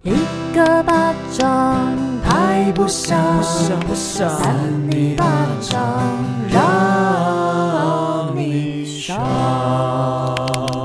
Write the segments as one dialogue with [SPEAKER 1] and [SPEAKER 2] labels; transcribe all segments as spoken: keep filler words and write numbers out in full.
[SPEAKER 1] 一个巴掌拍不响，扇你巴掌让你爽。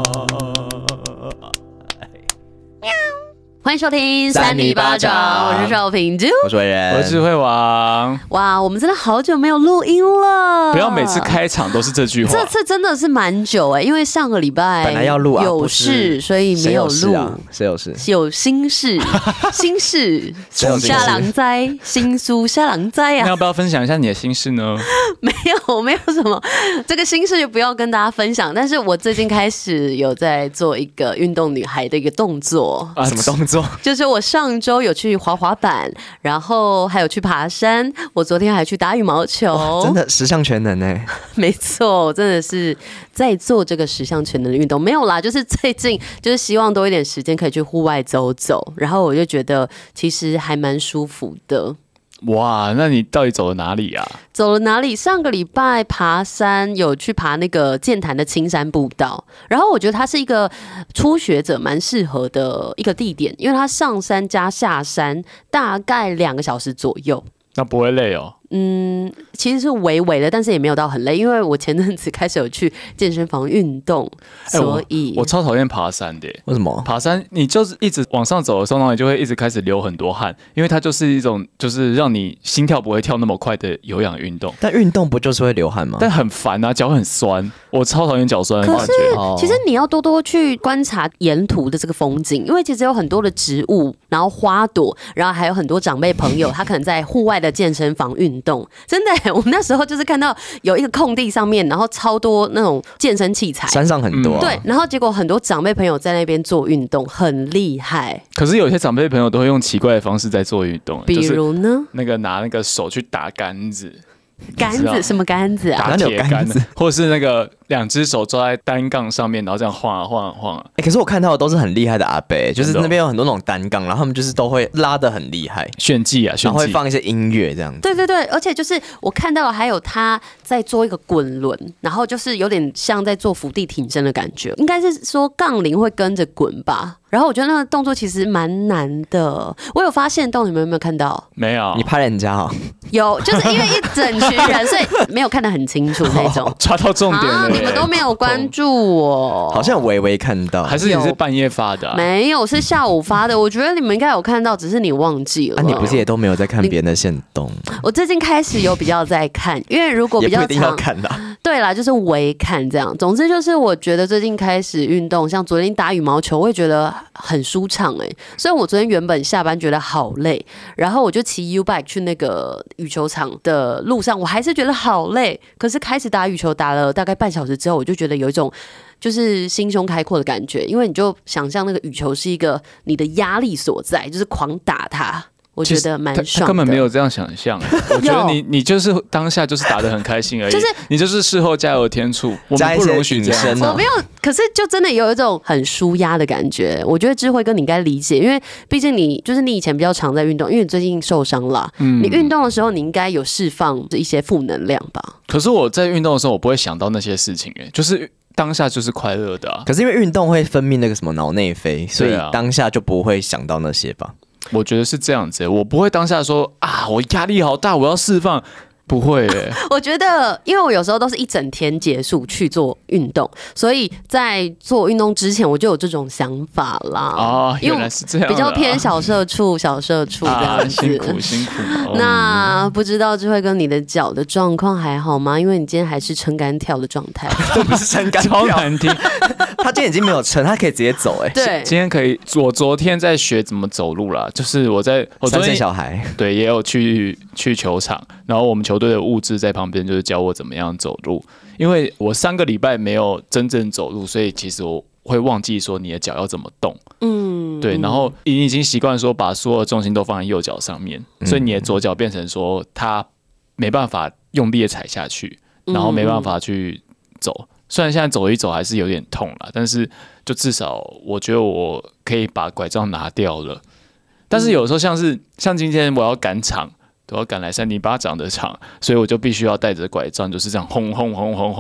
[SPEAKER 1] 欢迎收听三尼巴掌，我是邵平珠，
[SPEAKER 2] 我是伟人，
[SPEAKER 3] 我是智慧王。
[SPEAKER 1] 哇，我们真的好久没有录音了，
[SPEAKER 3] 不要每次开场都是这句话。
[SPEAKER 1] 这次真的是蛮久哎、欸，因为上个礼拜
[SPEAKER 2] 本来要录啊，
[SPEAKER 1] 有事，所以没有录。
[SPEAKER 2] 谁有事？
[SPEAKER 1] 有心事，心事，虾郎灾，新书虾郎灾啊！
[SPEAKER 3] 那要不要分享一下你的心事呢？
[SPEAKER 1] 没有，没有什么，这个心事就不要跟大家分享。但是我最近开始有在做一个运动女孩的一个动作
[SPEAKER 2] 啊，什么动作？
[SPEAKER 1] 就是我上周有去滑滑板，然后还有去爬山，我昨天还去打羽毛球，
[SPEAKER 2] 真的十项全能哎！
[SPEAKER 1] 没错，我真的是在做这个十项全能的运动。没有啦，就是最近就是希望多一点时间可以去户外走走，然后我就觉得其实还蛮舒服的。
[SPEAKER 3] 哇，那你到底走了哪里啊？
[SPEAKER 1] 走了哪里？上个礼拜爬山，有去爬那个剑潭的青山步道，然后我觉得它是一个初学者蛮适合的一个地点，因为它上山加下山大概两个小时左右。
[SPEAKER 3] 那不会累哦？
[SPEAKER 1] 嗯，其实是微微的，但是也没有到很累，因为我前阵子开始有去健身房运动，欸、所以
[SPEAKER 3] 我, 我超讨厌爬山的。
[SPEAKER 2] 为什么？
[SPEAKER 3] 爬山你就是一直往上走的时候，然后你就会一直开始流很多汗，因为它就是一种就是让你心跳不会跳那么快的有氧运动。
[SPEAKER 2] 但运动不就是会流汗吗？
[SPEAKER 3] 但很烦啊，脚很酸，我超讨厌脚酸的感觉。
[SPEAKER 1] 可是其实你要多多去观察沿途的这个风景，因为其实有很多的植物，然后花朵，然后还有很多长辈朋友，他可能在户外的健身房运动，真的。我那时候就是看到有一个空地上面，然后超多那种健身器材，
[SPEAKER 2] 山上很多、啊嗯，
[SPEAKER 1] 对，然后结果很多长辈朋友在那边做运动，很厉害。
[SPEAKER 3] 可是有些长辈朋友都会用奇怪的方式在做运动，
[SPEAKER 1] 比如呢？就是、
[SPEAKER 3] 那个拿那个手去打杆子，
[SPEAKER 1] 杆子什么杆子啊？
[SPEAKER 3] 打铁杆子，或者是那个两只手抓在单杠上面，然后这样晃啊晃啊晃啊。
[SPEAKER 2] 欸、可是我看到的都是很厉害的阿伯，就是那边有很多那种单杠，然后他们就是都会拉得很厉害，
[SPEAKER 3] 炫技啊，炫技，
[SPEAKER 2] 然后会放一些音乐这样子。
[SPEAKER 1] 对对对，而且就是我看到了，还有他在做一个滚轮，然后就是有点像在做伏地挺身的感觉，应该是说杠铃会跟着滚吧。然后我觉得那个动作其实蛮难的，我有发现动，你们有没有看到？
[SPEAKER 3] 没有，
[SPEAKER 2] 你拍人家哦。
[SPEAKER 1] 有，就是因为一整群人，所以没有看得很清楚那种。
[SPEAKER 3] 抓到重点了、
[SPEAKER 1] 啊，你们都没有关注我，
[SPEAKER 2] 好像微微看到，
[SPEAKER 3] 还是你是半夜发的、啊？
[SPEAKER 1] 没有，是下午发的。我觉得你们应该有看到，只是你忘记了。
[SPEAKER 2] 啊，你不是也都没有在看别人的限动？
[SPEAKER 1] 我最近开始有比较在看，因为如果比较
[SPEAKER 2] 也不一定要看啦。
[SPEAKER 1] 对啦，就是微看这样。总之就是我觉得最近开始运动，像昨天打羽毛球，我也觉得很舒畅哎、欸。虽然我昨天原本下班觉得好累，然后我就骑 U bike 去那个羽球场的路上，我还是觉得好累。可是开始打羽球打了大概半小时之后，我就觉得有一种就是心胸开阔的感觉，因为你就想象那个羽球是一个你的压力所在，就是狂打它。我觉得蛮爽的，
[SPEAKER 3] 他根本没有这样想象。我觉得你你就是当下就是打得很开心而已，就是你就是事后加油添醋，我们不容许这样。
[SPEAKER 1] 我没有，可是就真的有一种很舒压的感觉。我觉得智慧哥你应该理解，因为毕竟你就是你以前比较常在运动，因为你最近受伤了，嗯、你运动的时候你应该有释放一些负能量吧？
[SPEAKER 3] 可是我在运动的时候，我不会想到那些事情、欸，就是。当下就是快乐的、啊，
[SPEAKER 2] 可是因为运动会分泌那个什么脑内啡，所以当下就不会想到那些吧？
[SPEAKER 3] 我觉得是这样子、欸，我不会当下说啊，我压力好大，我要释放。不会耶、欸，
[SPEAKER 1] 我觉得，因为我有时候都是一整天结束去做运动，所以在做运动之前我就有这种想法啦。
[SPEAKER 3] 哦，原来是这样，
[SPEAKER 1] 比较偏小社畜，小社畜这样子。
[SPEAKER 3] 啊、辛苦辛苦。哦、
[SPEAKER 1] 那不知道智慧哥你的脚的状况还好吗？因为你今天还是撑杆跳的状态。
[SPEAKER 2] 这不是撑杆跳，
[SPEAKER 3] 超难听。
[SPEAKER 2] 他今天已经没有撑，他可以直接走哎、欸。
[SPEAKER 1] 对，
[SPEAKER 3] 今天可以。我昨天在学怎么走路啦，就是我在我昨天
[SPEAKER 2] 三岁小孩
[SPEAKER 3] 对也有去去球场，然后我们球队的物质在旁边就是教我怎么样走路，因为我三个礼拜没有真正走路，所以其实我会忘记说你的脚要怎么动。嗯，对，然后你已经习惯说把所有的重心都放在右脚上面，所以你的左脚变成说它没办法用力的踩下去，然后没办法去走。虽然现在走一走还是有点痛啦，但是就至少我觉得我可以把拐杖拿掉了。但是有时候像是像今天我要赶场，都要赶来三尼巴掌的场，所以我就必须要带着拐杖，就是这样轰轰轰轰轰，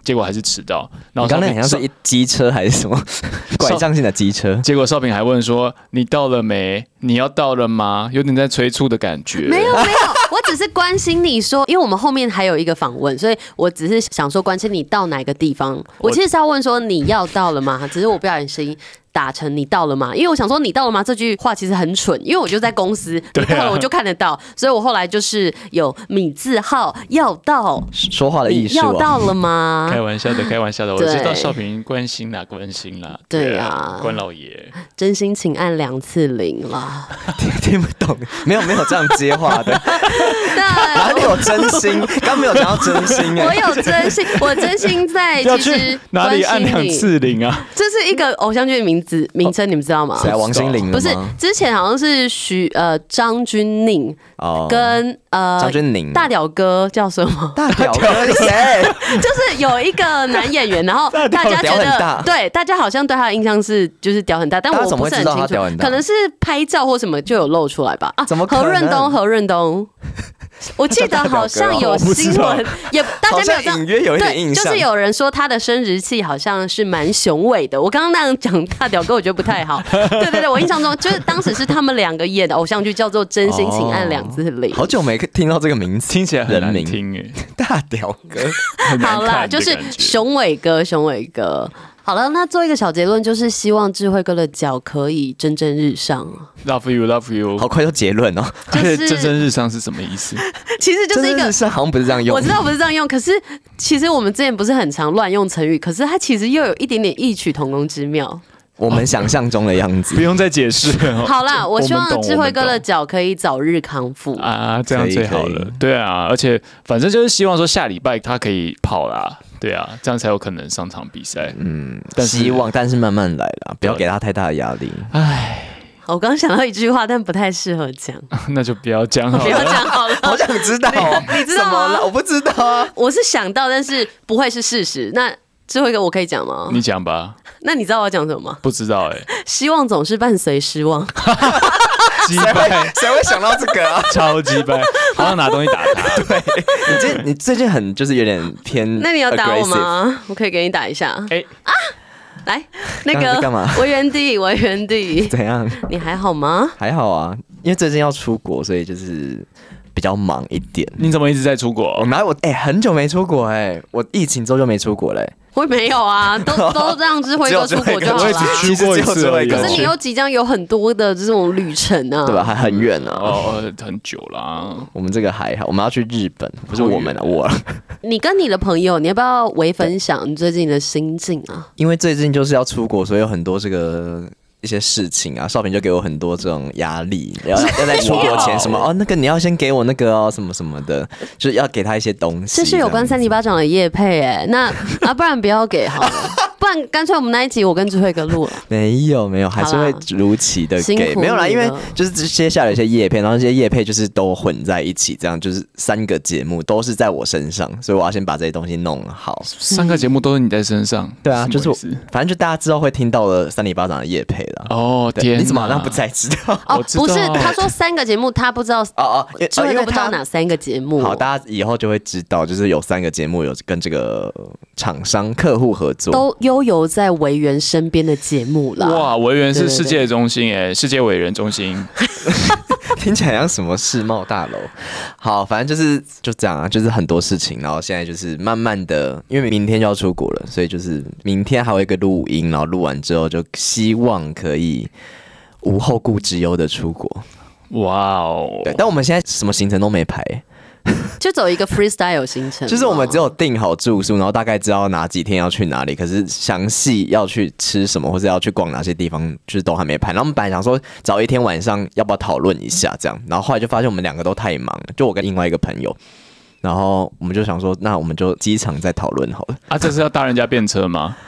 [SPEAKER 3] 结果还是迟到。然后
[SPEAKER 2] 你刚才好像是一机车还是什么拐杖性的机车，
[SPEAKER 3] 结果少平还问说：“你到了没？你要到了吗？”有点在催促的感觉。
[SPEAKER 1] 没有没有，我只是关心你说，因为我们后面还有一个访问，所以我只是想说关心你到哪个地方。我其实是要问说你要到了吗？只是我不小心打成你到了吗？因为我想说你到了吗这句话其实很蠢，因为我就在公司，你到了我就看得到，所以我后来就是有米字号要到，
[SPEAKER 2] 说话的艺术、啊、
[SPEAKER 1] 要到了吗？
[SPEAKER 3] 开玩笑的，开玩笑的，我知道少平关心啦，关心啦，
[SPEAKER 1] 对啊，
[SPEAKER 3] 关老爷，
[SPEAKER 1] 真心请按两次铃啦。
[SPEAKER 2] 听, 听不懂，没有没有这样接话的，哪里有真心？刚没有讲到真心哎、
[SPEAKER 1] 欸，我有真心，我真心在其实
[SPEAKER 3] 哪里按两次铃啊？
[SPEAKER 1] 这是一个偶像剧的名字名称，你们知道吗？
[SPEAKER 2] 谁、啊？王心凌
[SPEAKER 1] 不是，之前好像是徐呃张钧甯跟呃
[SPEAKER 2] 张钧甯
[SPEAKER 1] 大屌哥叫什么？
[SPEAKER 2] 大屌哥谁？
[SPEAKER 1] 就是有一个男演员，然后大家觉得对大家好像对他的印象是就是屌很大，但我不是很清楚，可能是拍照或什么就有露出来吧。啊，
[SPEAKER 2] 怎么可能？
[SPEAKER 1] 何润东，何润东。我记得好像有新闻，也大家没有这样，
[SPEAKER 2] 隐约有一点印象，
[SPEAKER 1] 就是有人说他的生殖器好像是蛮雄伟的。我刚刚那样讲大屌哥，我觉得不太好。对对对，我印象中就是当时是他们两个演的偶像剧，叫做《真心请按两字铃》。
[SPEAKER 2] 好久没听到这个名字，
[SPEAKER 3] 听起来很难听哎。
[SPEAKER 2] 大屌哥，
[SPEAKER 1] 好啦，就是雄伟哥，雄伟哥。好了，那做一个小结论，就是希望智慧哥的脚可以蒸蒸日上。
[SPEAKER 3] Love you, love you。
[SPEAKER 2] 好快就结论哦，
[SPEAKER 1] 就是
[SPEAKER 3] 蒸蒸日上是什么意思？
[SPEAKER 1] 其实就是一个
[SPEAKER 2] 蒸蒸日上，好像不是这样用。
[SPEAKER 1] 我知道不是这样用，可是其实我们之前不是很常乱用成语，可是它其实又有一点点异曲同工之妙。
[SPEAKER 2] 我们想象中的样子，
[SPEAKER 3] 不用再解释了。
[SPEAKER 1] 好啦，我希望智慧哥的脚可以早日康复
[SPEAKER 3] 啊，这样最好了。对啊，而且反正就是希望说下礼拜他可以跑啦。对啊，这样才有可能上场比赛。
[SPEAKER 2] 嗯，但希望，但是慢慢来啦，不要给他太大的压力。
[SPEAKER 3] 唉，
[SPEAKER 1] 我刚想到一句话，但不太适合讲，
[SPEAKER 3] 那就不要讲好了。
[SPEAKER 1] 不要讲好了。
[SPEAKER 2] 好想知道、哦，
[SPEAKER 1] 你知道吗？
[SPEAKER 2] 我不知道啊。
[SPEAKER 1] 我是想到，但是不会是事实。那智慧哥，我可以讲吗？
[SPEAKER 3] 你讲吧。
[SPEAKER 1] 那你知道我要讲什么吗？
[SPEAKER 3] 不知道哎、欸。
[SPEAKER 1] 希望总是伴随失望。
[SPEAKER 2] 谁会谁会想到这个啊？
[SPEAKER 3] 超级掰，好想拿东西打他。
[SPEAKER 2] 对，你最你最近很就是有点偏，
[SPEAKER 1] 那你要打我吗？我可以给你打一下。哎、欸、啊，来，那个
[SPEAKER 2] 干嘛？
[SPEAKER 1] 维园地，维园地，
[SPEAKER 2] 怎样？
[SPEAKER 1] 你还好吗？
[SPEAKER 2] 还好啊，因为最近要出国，所以就是比较忙一点。
[SPEAKER 3] 你怎么一直在出国？
[SPEAKER 2] 我哪有我哎、欸，很久没出国哎、欸，我疫情之后就没出国嘞、欸。
[SPEAKER 1] 我没有啊，都都让智慧哥出国就好了。
[SPEAKER 3] 我也只去过一次而已。
[SPEAKER 1] 可是你又即将有很多的这种旅程啊，
[SPEAKER 2] 对吧？还很远啊，
[SPEAKER 3] 哦，很久啦。
[SPEAKER 2] 我们这个还好，我们要去日本，不是我们啊，我。
[SPEAKER 1] 你跟你的朋友，你要不要微分享你最近的心境啊？
[SPEAKER 2] 因为最近就是要出国，所以有很多这个。一些事情啊，少平就给我很多这种压力，要要在出国前什么哦，那个你要先给我那个哦，什么什么的，就是要给他一些东西。
[SPEAKER 1] 这是有关三级巴掌的业配哎、欸，那啊不然不要给好了，不然干脆我们那一集我跟智慧哥录了。
[SPEAKER 2] 没有没有，还是会如期的给，没有啦，因为就是接下来有一些业配，然后这些业配就是都混在一起，这样就是三个节目都是在我身上，所以我要先把这些东西弄好。
[SPEAKER 3] 三个节目都是你在身上，
[SPEAKER 2] 对啊，就是反正就大家之后会听到了三里巴掌的业配了。
[SPEAKER 3] 哦天，
[SPEAKER 2] 你怎么好像不太知道？
[SPEAKER 1] 哦，不是，他说三个节目，他不知道哦哦，智慧哥不知道哪三个节目。
[SPEAKER 2] 好，大家以后就会知道，就是有三个节目有跟这个厂商客户合作，
[SPEAKER 1] 都悠游在维园身边的节目啦。
[SPEAKER 3] 哇，维园是世界中心哎、欸，世界伟人中心。
[SPEAKER 2] 听起来像什么世贸大楼。好，反正就是就这样啊，就是很多事情，然后现在就是慢慢的，因为明天就要出国了，所以就是明天还有一个录音，然后录完之后就希望可以无后顾之忧的出国。
[SPEAKER 3] 哇哦！
[SPEAKER 2] 对，但我们现在什么行程都没排。
[SPEAKER 1] 就走一个 freestyle 行程，
[SPEAKER 2] 就是我们只有订好住宿，然后大概知道哪几天要去哪里，可是详细要去吃什么或者要去逛哪些地方，就是都还没排。然后我们本来想说找一天晚上要不要讨论一下这样，然后后来就发现我们两个都太忙了，就我跟另外一个朋友，然后我们就想说，那我们就机场再讨论好了。
[SPEAKER 3] 啊，这是要搭人家便车吗？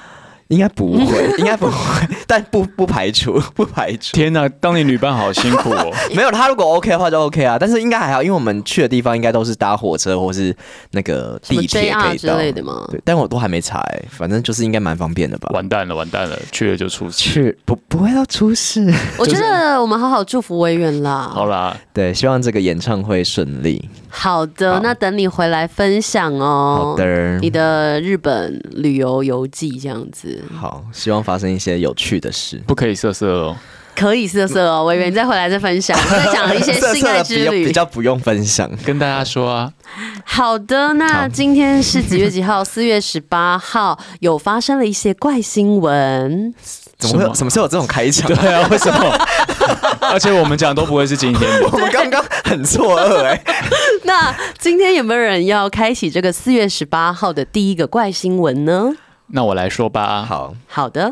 [SPEAKER 2] 应该不会，应该不会，但不不排除，不排除。
[SPEAKER 3] 天哪，当你女伴好辛苦哦。
[SPEAKER 2] 没有，他如果 OK 的话就 OK 啊，但是应该还好，因为我们去的地方应该都是搭火车或是那个地铁可以到
[SPEAKER 1] 之类的吗？
[SPEAKER 2] 对，但我都还没查、欸，反正就是应该蛮方便的吧。
[SPEAKER 3] 完蛋了，完蛋了，去了就出事。
[SPEAKER 2] 去不不会要出事。
[SPEAKER 1] 我觉得我们好好祝福维园啦。
[SPEAKER 3] 好啦，
[SPEAKER 2] 对，希望这个演唱会顺利。
[SPEAKER 1] 好的，好，那等你回来分享哦。
[SPEAKER 2] 好的，
[SPEAKER 1] 你的日本旅游游记这样子。
[SPEAKER 2] 好，希望发生一些有趣的事，
[SPEAKER 3] 不可以色色哦。
[SPEAKER 1] 可以色色哦，我以为你再回来再分享，再讲一些性爱之旅，
[SPEAKER 2] 色色比较不用分享，
[SPEAKER 3] 跟大家说啊。
[SPEAKER 1] 好的，那今天是几月几号？四月十八号，有发生了一些怪新闻。
[SPEAKER 2] 怎么会有？什么时候有这种开场？
[SPEAKER 3] 对啊，为什么？而且我们讲都不会是今天的。
[SPEAKER 2] 我们刚刚很错愕哎。
[SPEAKER 1] 那今天有没有人要开启这个四月十八号的第一个怪新闻呢？
[SPEAKER 3] 那我来说吧。
[SPEAKER 2] 好
[SPEAKER 1] 好的，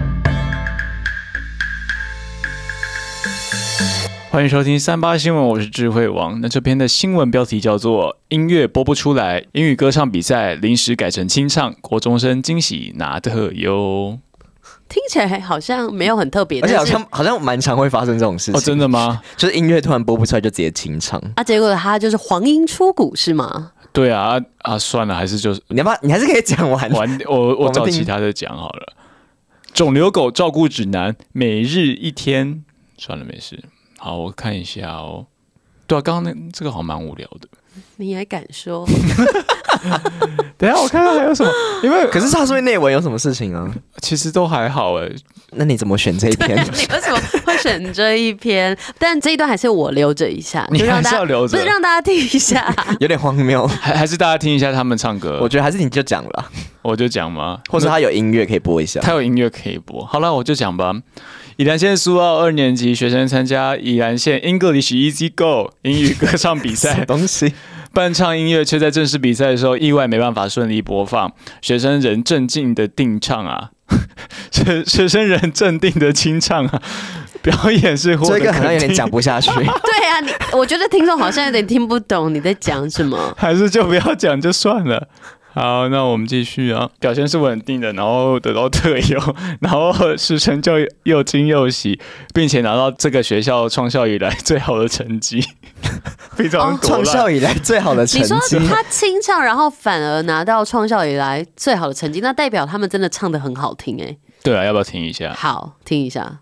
[SPEAKER 3] 欢迎收听三八新闻，我是智慧王。那这篇的新闻标题叫做“音乐播不出来，英语歌唱比赛临时改成清唱，国中生惊喜拿特优”。
[SPEAKER 1] 听起来好像没有很特别，
[SPEAKER 2] 而且好像好像蛮常会发生这种事情。
[SPEAKER 3] 哦，真的吗？
[SPEAKER 2] 就是音乐突然播不出来，就直接清唱
[SPEAKER 1] 啊，结果他就是黄莺出谷是吗？
[SPEAKER 3] 对啊啊，算了，还是就是
[SPEAKER 2] 你要不要？你还是可以讲完。
[SPEAKER 3] 完，我我找其他的讲好了。肿瘤狗照顾指南，每日一天。算了，没事。好，我看一下哦。对啊，刚刚那这个好像蛮无聊的。
[SPEAKER 1] 你还敢说？
[SPEAKER 3] 等一下我看看还有什么，因为
[SPEAKER 2] 可是他说内文有什么事情啊？
[SPEAKER 3] 其实都还好哎。
[SPEAKER 2] 那你怎么选这一篇？
[SPEAKER 1] 你为什么会选这一篇？但这一段还是我留着一下，
[SPEAKER 3] 你还是要留着，
[SPEAKER 1] 不是让大家听一下，
[SPEAKER 2] 有点荒谬。
[SPEAKER 3] 还还是大家听一下他们唱歌。
[SPEAKER 2] 我觉得还是你就讲了，
[SPEAKER 3] 我就讲嘛，
[SPEAKER 2] 或者他有音乐可以播一下。
[SPEAKER 3] 他有音乐可以播。好了，我就讲吧。宜兰县苏澳二年级学生参加宜兰县 English Easy Go 英语歌唱比赛，
[SPEAKER 2] 东西
[SPEAKER 3] 伴唱音乐却在正式比赛的时候意外没办法顺利播放，学生仍镇静的定唱啊，学学生仍镇定的清唱啊，表演是获得肯定。
[SPEAKER 2] 这个好像有点讲不下去。
[SPEAKER 1] 对啊，你我觉得听众好像有点听不懂你在讲什么，
[SPEAKER 3] 还是就不要讲就算了。好，那我们继续啊。表现是稳定的，然后得到特优，然后师生就又惊又喜，并且拿到这个学校创校以来最好的成绩，非常
[SPEAKER 2] 创校以来最好的成绩。
[SPEAKER 1] 你说他清唱，然后反而拿到创校以来最好的成绩，那代表他们真的唱得很好听哎、欸。
[SPEAKER 3] 对啊，要不要听一下？
[SPEAKER 1] 好，听一下。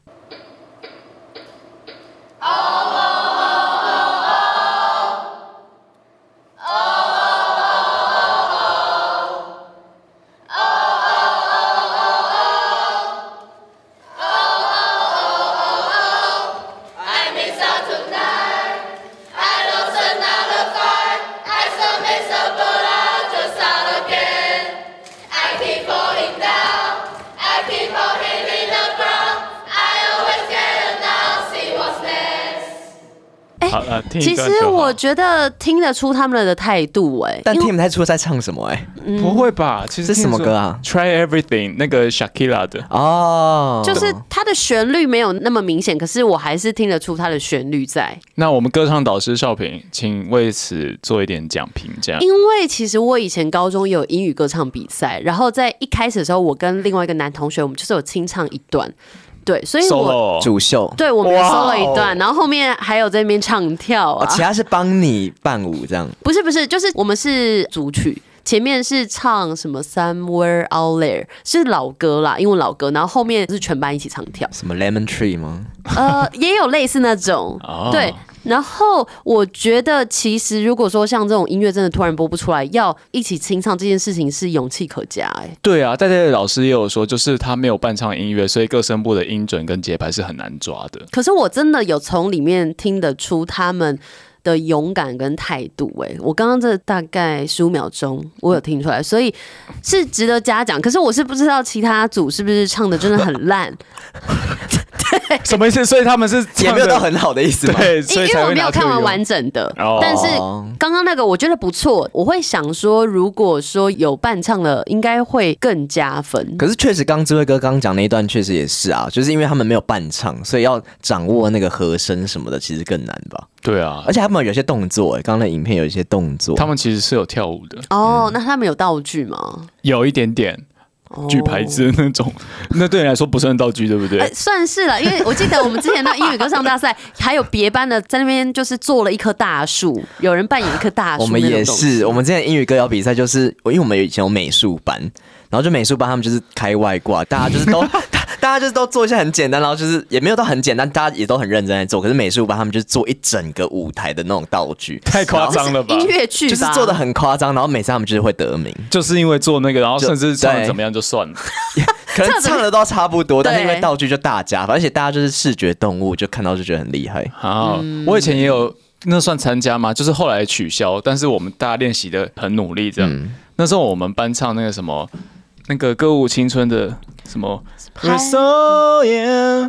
[SPEAKER 1] 其实我觉得听得出他们的态度哎、欸，
[SPEAKER 2] 但听不太出在唱什么哎、欸
[SPEAKER 3] 嗯，不会吧？其实
[SPEAKER 2] 是什么歌啊
[SPEAKER 3] ？Try Everything 那个 Shakira 的
[SPEAKER 2] 哦，
[SPEAKER 1] 就是它的旋律没有那么明显，可是我还是听得出它的旋律在。
[SPEAKER 3] 那我们歌唱导师少平，请为此做一点讲评，这样。
[SPEAKER 1] 因为其实我以前高中有英语歌唱比赛，然后在一开始的时候，我跟另外一个男同学，我们就是有清唱一段。对，所以我
[SPEAKER 2] 主秀，
[SPEAKER 1] 对我们 solo 一段，然后后面还有在那边唱跳啊，
[SPEAKER 2] 哦、其他是帮你伴舞这样？
[SPEAKER 1] 不是不是，就是我们是主曲，前面是唱什么 Somewhere Out There 是老歌啦，英文老歌，然后后面是全班一起唱跳。
[SPEAKER 2] 什么 Lemon Tree 吗？
[SPEAKER 1] 呃，也有类似那种，
[SPEAKER 3] 哦、
[SPEAKER 1] 对。然后我觉得，其实如果说像这种音乐真的突然播不出来，要一起清唱这件事情是勇气可嘉哎、欸。
[SPEAKER 3] 对啊，戴戴老师也有说，就是他没有伴唱音乐，所以各声部的音准跟节拍是很难抓的。
[SPEAKER 1] 可是我真的有从里面听得出他们的勇敢跟态度哎、欸，我刚刚这大概十五秒钟我有听出来，所以是值得嘉奖。可是我是不知道其他组是不是唱的真的很烂。
[SPEAKER 3] 对，什么意思？所以他们是
[SPEAKER 2] 也没有到很好的意思吗？
[SPEAKER 3] 对，所以
[SPEAKER 1] 因为我没有看完完整的，哦、但是刚刚那个我觉得不错。我会想说，如果说有伴唱了，应该会更加分。
[SPEAKER 2] 可是确实，刚智慧哥刚讲那一段确实也是啊，就是因为他们没有伴唱，所以要掌握那个和声什么的，其实更难吧？
[SPEAKER 3] 对啊，
[SPEAKER 2] 而且他们有些动作，哎，刚刚的影片有一些动作，
[SPEAKER 3] 他们其实是有跳舞的。
[SPEAKER 1] 哦，那他们有道具吗？
[SPEAKER 3] 有一点点。 举牌子的那种，那对你来说不算道具，对不对？
[SPEAKER 1] 呃、算是了，因为我记得我们之前那英语歌唱大赛，还有别班的在那边就是做了一棵大树，有人扮演一棵大树。
[SPEAKER 2] 我们也是，我们之前英语歌谣比赛就是，因为我们以前有美术班，然后就美术班他们就是开外挂，大家就是都。大家就是都做一些很简单，然后就是也没有到很简单，大家也都很认真在做。可是美术班他们就是做一整个舞台的那种道具，
[SPEAKER 3] 太夸张了吧？
[SPEAKER 1] 音乐剧
[SPEAKER 2] 就是做的很夸张，然后每次他们就是会得名，
[SPEAKER 3] 就是因为做那个，然后甚至唱的怎么样就算了，
[SPEAKER 2] 可能唱的都差不多，但是因为道具就大加，而且大家就是视觉动物，就看到就觉得很厉害。
[SPEAKER 3] 好，嗯、我以前也有，那算参加吗？就是后来取消，但是我们大家练习的很努力，这样。嗯、那时候我们班唱那个什么，那个歌舞青春的什么。We're soaring,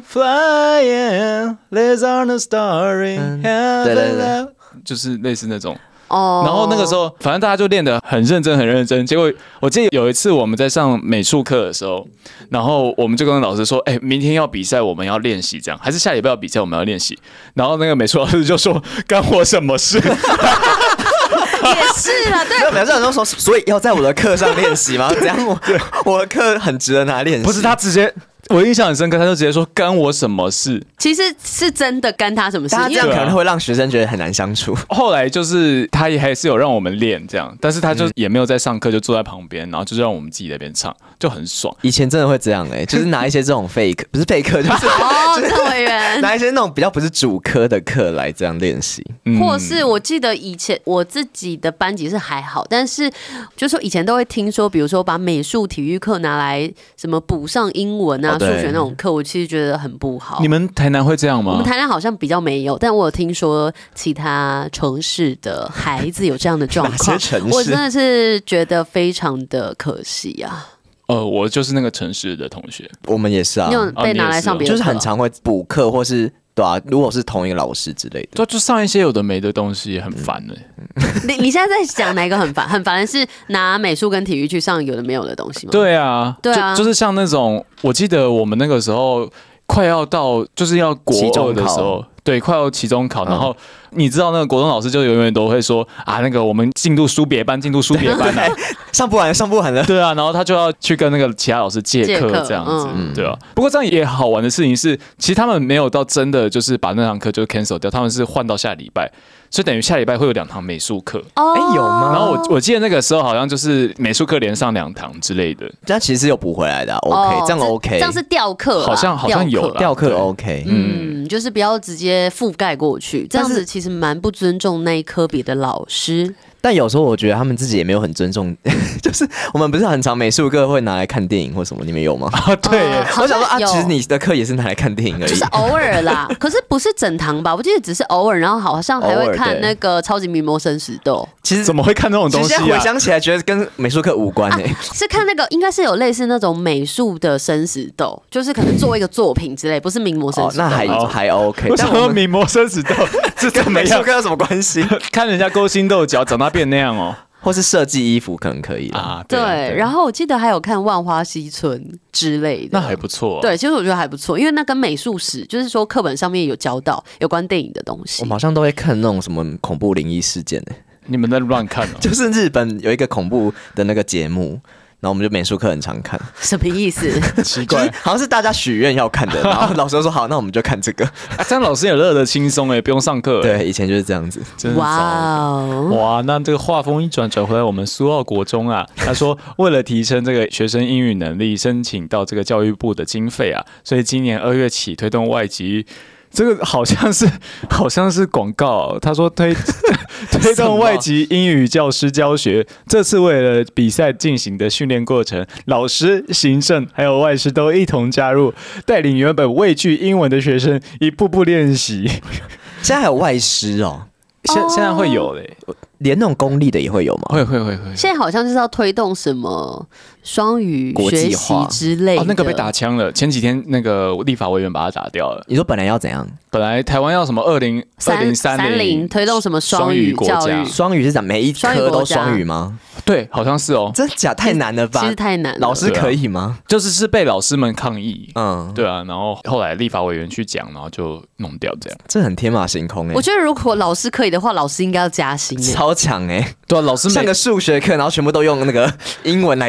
[SPEAKER 3] flying, let's on a starry heaven. 对对对，就是类似那种。哦。然后那个时候，反正大家就练得很认真，很认真。结果我记得有一次我们在上美术课的时候，然后我们就跟老师说：“哎、欸，明天要比赛，我们要练习，这样还是下礼拜要比赛，我们要练习。”然后那个美术老师就说：“干我什么事？”
[SPEAKER 1] 也是啦，对。
[SPEAKER 2] 每次人都说，所以要在我的课上练习吗？这样我我的课很值得拿来练习。
[SPEAKER 3] 不是他直接，我印象很深刻，他就直接说干我什么事？
[SPEAKER 1] 其实是真的干他什么事？
[SPEAKER 2] 他这样可能会让学生觉得很难相处。
[SPEAKER 3] 后来就是他也还是有让我们练这样，但是他就也没有在上课，就坐在旁边，然后就让我们自己在那边唱，就很爽。
[SPEAKER 2] 以前真的会这样哎、欸，就是拿一些这种 fake， 不是 fake 就是
[SPEAKER 1] 哦，郑委员
[SPEAKER 2] 拿一些那种比较不是主科的课来这样练习。
[SPEAKER 1] 嗯、或是我记得以前我自己的班级是还好，但是就是说以前都会听说，比如说把美术、体育课拿来什么补上英文啊、数、哦、学那种课，我其实觉得很不好。
[SPEAKER 3] 你们台南会这样吗？
[SPEAKER 1] 我们台南好像比较没有，但我有听说其他城市的孩子有这样的状况，我真的是觉得非常的可惜啊。
[SPEAKER 3] 呃，我就是那个城市的同学，
[SPEAKER 2] 我们也是啊，
[SPEAKER 1] 你有被拿来上别的课、啊，
[SPEAKER 2] 就是很常会补课或是。对啊，如果是同一个老师之类的，
[SPEAKER 3] 就就上一些有的没的东西，很烦的、欸。
[SPEAKER 1] 你你现在在讲哪一个很烦？很烦的是拿美术跟体育去上有的没有的东西吗？
[SPEAKER 3] 对啊，
[SPEAKER 1] 对啊，
[SPEAKER 3] 就, 就是像那种，我记得我们那个时候快要到就是要国二的时候，对，快要期中考，然后。嗯你知道那个国中老师就永远都会说啊，那个我们进度输别班，进度输别班啊，
[SPEAKER 2] 上不完上不完了。
[SPEAKER 3] 对啊，然后他就要去跟那个其他老师借课这样子，嗯、对啊。不过这样也好玩的事情是，其实他们没有到真的就是把那堂课就 cancel 掉，他们是换到下礼拜，所以等于下礼拜会有两堂美术课。
[SPEAKER 2] 哦，哎、欸、有吗？
[SPEAKER 3] 然后我我记得那个时候好像就是美术课连上两堂之类的，
[SPEAKER 2] 这样其实是有补回来的、啊、，OK，、哦、这样 OK，
[SPEAKER 1] 这样是调课，
[SPEAKER 3] 好像好像有
[SPEAKER 2] 调课 OK，
[SPEAKER 1] 嗯，就是不要直接覆盖过去，这样子其实蛮不尊重。重那一科别的老师，
[SPEAKER 2] 但有时候我觉得他们自己也没有很尊重，就是我们不是很常美术课会拿来看电影或什么，你们有吗？
[SPEAKER 3] 啊，对、呃，
[SPEAKER 2] 我想说啊，其实你的课也是拿来看电影而已，
[SPEAKER 1] 就是偶尔啦。可是不是整堂吧？我记得只是偶尔，然后好像还会看那个《超级名模生死斗》。
[SPEAKER 3] 其实怎么会看那种东西、啊？
[SPEAKER 2] 其实回想起来，觉得跟美术课无关诶、欸啊。
[SPEAKER 1] 是看那个，应该是有类似那种美术的生死斗，就是可能做一个作品之类，不是名模生死斗、
[SPEAKER 2] 哦。那还还 OK。
[SPEAKER 3] 为什么名模生死斗
[SPEAKER 2] 这跟美术课有什么关系？
[SPEAKER 3] 看人家勾心斗角，长大变那样哦。
[SPEAKER 2] 或是设计衣服可能可以啊，
[SPEAKER 1] 对, 对。然后我记得还有看《万花西村》之类的，
[SPEAKER 3] 那还不错、啊。
[SPEAKER 1] 对，其实我觉得还不错，因为那跟美术史，就是说课本上面有教到有关电影的东西。
[SPEAKER 2] 我们好像都会看那种什么恐怖灵异事件呢、欸。
[SPEAKER 3] 你们在乱看哦？
[SPEAKER 2] 就是日本有一个恐怖的那个节目。然后我们就美术课很常看，
[SPEAKER 1] 什么意思？
[SPEAKER 3] 奇怪，
[SPEAKER 2] 好像是大家许愿要看的，然后老师就说好，那我们就看这个。
[SPEAKER 3] 啊，这样老师也乐得轻松哎，不用上课。
[SPEAKER 2] 对，以前就是这样子。
[SPEAKER 3] 真哇哦！哇，那这个话锋一转，转回来我们苏澳国中啊，他说为了提升这个学生英语能力，申请到这个教育部的经费啊，所以今年二月起推动外籍。这个好像是好像是广告，他说推推动外籍英语教师教学，这次为了比赛进行的训练过程，老师、行政还有外师都一同加入，带领原本畏惧英文的学生一步步练习。
[SPEAKER 2] 现在还有外师哦，
[SPEAKER 3] 现现在会有嘞，
[SPEAKER 2] 连那种公立的也会有吗？
[SPEAKER 3] 会会会会。
[SPEAKER 1] 现在好像就是要推动什么双语学习之类的，
[SPEAKER 3] 哦，那个被打枪了。前几天那个立法委员把它打掉了。
[SPEAKER 2] 你说本来要怎样？
[SPEAKER 3] 本来台湾要什么二零二零三零
[SPEAKER 1] 推动什么双语教育？
[SPEAKER 2] 双语是讲每一科都双语吗？
[SPEAKER 3] 对，好像是哦。
[SPEAKER 2] 真假太难了吧？
[SPEAKER 1] 其实太难了。
[SPEAKER 2] 老师可以吗？
[SPEAKER 3] 啊、就是是被老师们抗议。
[SPEAKER 2] 嗯，
[SPEAKER 3] 对啊。然后后来立法委员去讲，然后就弄掉这样。
[SPEAKER 2] 这很天马行空哎、欸。
[SPEAKER 1] 我觉得如果老师可以的话，老师应该要加薪哎、欸。
[SPEAKER 2] 超强哎、欸！
[SPEAKER 3] 对啊，老师
[SPEAKER 2] 上个数学课，然后全部都用那个英文来讲。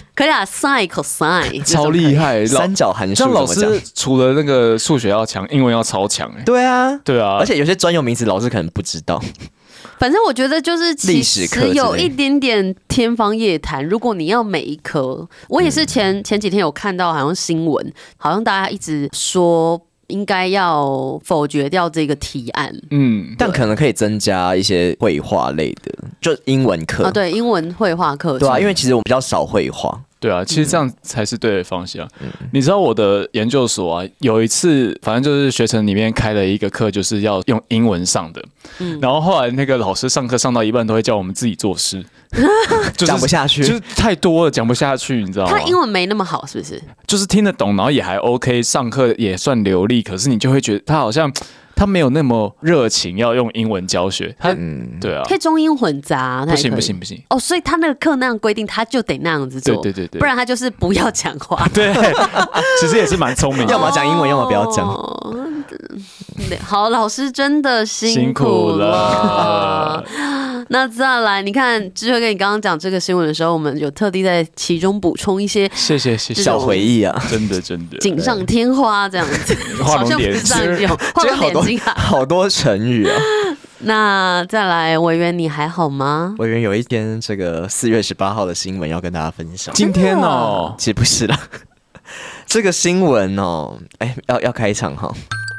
[SPEAKER 1] 可以啊 ，sin cosine
[SPEAKER 3] 超厉害，
[SPEAKER 2] 三角函数
[SPEAKER 3] 像老
[SPEAKER 2] 怎么
[SPEAKER 3] 师除了那个数学要强，英文要超强哎。
[SPEAKER 2] 对啊，
[SPEAKER 3] 对啊，
[SPEAKER 2] 而且有些专有名词老师可能不知道。
[SPEAKER 1] 反正我觉得就是其实有一点点天方夜谭。如果你要每一科，我也是前、嗯、前几天有看到好像新闻，好像大家一直说应该要否决掉这个提案。嗯，
[SPEAKER 2] 但可能可以增加一些绘画类的，就英文课
[SPEAKER 1] 啊，对，英文绘画课。
[SPEAKER 2] 对啊，因为其实我们比较少绘画。
[SPEAKER 3] 对啊，其实这样才是对的方向。嗯、你知道我的研究所啊，有一次反正就是学程里面开了一个课，就是要用英文上的。嗯、然后后来那个老师上课上到一半都会叫我们自己作诗，
[SPEAKER 2] 就是讲不下去，
[SPEAKER 3] 就是太多了，讲不下去，你知道吗？
[SPEAKER 1] 他英文没那么好，是不是？
[SPEAKER 3] 就是听得懂，然后也还 OK， 上课也算流利，可是你就会觉得他好像。他没有那么热情要用英文教学，他、嗯、对啊，
[SPEAKER 1] 可以中英混杂，
[SPEAKER 3] 不行不行不行
[SPEAKER 1] 哦，所以他那个课那样规定，他就得那样子做，
[SPEAKER 3] 对对对对，
[SPEAKER 1] 不然他就是不要讲话，
[SPEAKER 3] 对，其实也是蛮聪明的，
[SPEAKER 2] 要么讲英文，要么不要讲。
[SPEAKER 1] 好，老师真的辛苦了。
[SPEAKER 3] 辛苦了
[SPEAKER 1] 那再来，你看智慧跟你刚刚讲这个新闻的时候，我们有特地在其中补充一些，
[SPEAKER 3] 谢谢谢谢
[SPEAKER 2] 小回忆啊，
[SPEAKER 3] 真的真的
[SPEAKER 1] 锦上添花这样子，
[SPEAKER 3] 画龙点睛，
[SPEAKER 1] 画龙点睛啊，
[SPEAKER 2] 好多成语啊。
[SPEAKER 1] 那再来，委员你还好吗？
[SPEAKER 2] 委员有一天这个四月十八号的新闻要跟大家分享。
[SPEAKER 3] 今天哦，
[SPEAKER 2] 其实不是啦，这个新闻哦，哎、欸，要要开场哈。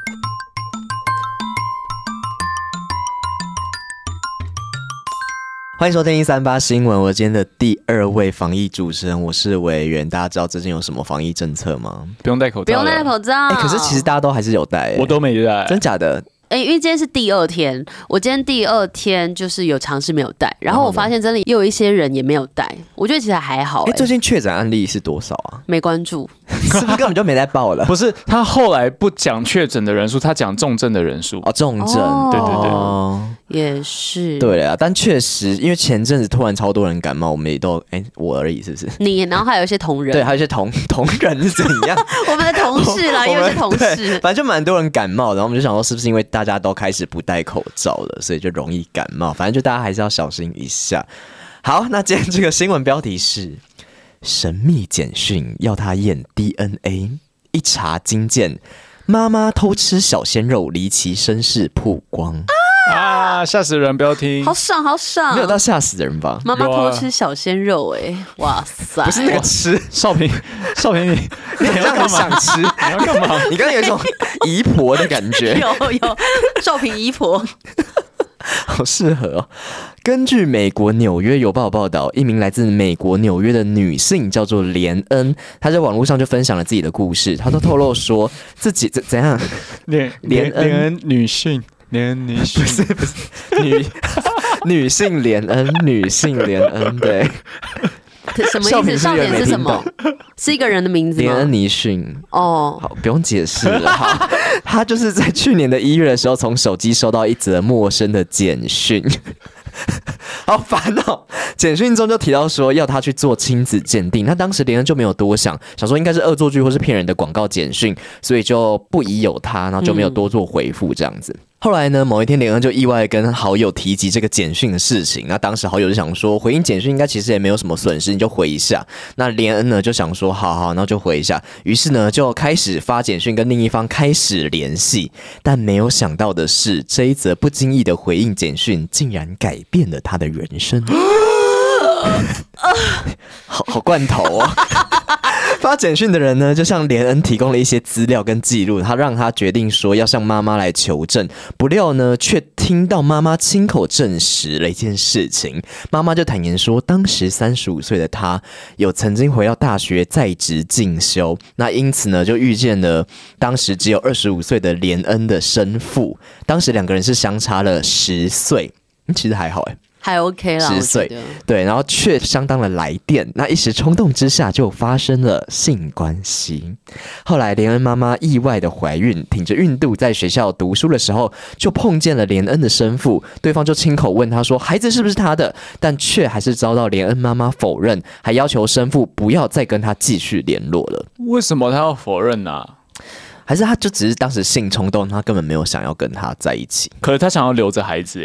[SPEAKER 2] 欢迎收听一三八新闻，我今天的第二位防疫主持人，我是委员。大家知道最近有什么防疫政策吗？
[SPEAKER 3] 不用戴口罩，
[SPEAKER 1] 不用戴口罩。
[SPEAKER 2] 哎、欸，可是其实大家都还是有戴、欸，
[SPEAKER 3] 我都没戴，
[SPEAKER 2] 真假的？
[SPEAKER 1] 哎、欸，因为今天是第二天，我今天第二天就是有尝试没有戴，然后我发现真的也有一些人也没有戴，我觉得其实还好、欸。哎、
[SPEAKER 2] 欸，最近确诊案例是多少啊？
[SPEAKER 1] 没关注，
[SPEAKER 2] 是不是根本就没在报了？
[SPEAKER 3] 不是，他后来不讲确诊的人数，他讲重症的人数。
[SPEAKER 2] 哦，重症，
[SPEAKER 1] 哦、
[SPEAKER 3] 对对对。
[SPEAKER 2] 哦
[SPEAKER 1] 也是
[SPEAKER 2] 对啊，但确实，因为前阵子突然超多人感冒，我们也都哎、欸，我而已，是不是？
[SPEAKER 1] 你，然后还有一些同仁，
[SPEAKER 2] 对，还有一些同同仁是怎样？
[SPEAKER 1] 我们的同事啦，也有一些同事，
[SPEAKER 2] 反正就蛮多人感冒，然后我们就想说，是不是因为大家都开始不戴口罩了，所以就容易感冒？反正就大家还是要小心一下。好，那今天这个新闻标题是：神秘简讯要他验 D N A， 一查惊见妈妈偷吃小鲜肉，离奇身世曝光。
[SPEAKER 3] 啊！吓死人！不要听，
[SPEAKER 1] 好爽，好爽！
[SPEAKER 2] 没有到吓死人吧？
[SPEAKER 1] 妈妈偷吃小鲜肉、欸，哎，哇塞！
[SPEAKER 2] 不是那个吃，
[SPEAKER 3] 少平，少平，你
[SPEAKER 2] 你要干嘛？想吃？你
[SPEAKER 3] 要干嘛？
[SPEAKER 2] 你刚刚有一种姨婆的感觉，
[SPEAKER 1] 有有少平姨婆。
[SPEAKER 2] 好适合哦！根据美国纽约邮报报道，一名来自美国纽约的女性叫做连恩，她在网络上就分享了自己的故事。她都透露说自己怎怎样，
[SPEAKER 3] 连连恩女性。连女性
[SPEAKER 2] 不是不是女女性连恩，女性连恩，对，
[SPEAKER 1] 什么意思？笑点是什么？是一个人的名字吗？
[SPEAKER 2] 连恩尼逊
[SPEAKER 1] 哦，
[SPEAKER 2] 好，不用解释了。好，他就是在去年的一月的时候，从手机收到一则陌生的简讯。好烦哦！简讯中就提到说要他去做亲子鉴定，那当时连恩就没有多想，想说应该是恶作剧或是骗人的广告简讯，所以就不疑有他，然后就没有多做回复这样子。嗯后来呢，某一天连恩就意外跟好友提及这个简讯的事情，那当时好友就想说回应简讯应该其实也没有什么损失，你就回一下。那连恩呢就想说好好，然后就回一下，于是呢就开始发简讯跟另一方开始联系，但没有想到的是，这一则不经意的回应简讯竟然改变了他的人生。好好罐头哦！发简讯的人呢，就向连恩提供了一些资料跟记录，他让他决定说要向妈妈来求证，不料呢，却听到妈妈亲口证实了一件事情。妈妈就坦言说，当时三十五岁的他有曾经回到大学在职进修，那因此呢，就遇见了当时只有二十五岁的连恩的生父，当时两个人是相差了十岁，其实还好哎、欸。
[SPEAKER 1] 还 OK 啦，
[SPEAKER 2] 十岁，对，然后却相当的来电，那一时冲动之下就发生了性关系。后来连恩妈妈意外的怀孕，挺着孕肚在学校读书的时候，就碰见了连恩的生父，对方就亲口问他说孩子是不是他的，但却还是遭到连恩妈妈否认，还要求生父不要再跟他继续联络了。
[SPEAKER 3] 为什么他要否认呢、啊？
[SPEAKER 2] 还是他就只是当时性冲动，他根本没有想要跟他在一起？
[SPEAKER 3] 可是他想要留着孩子耶。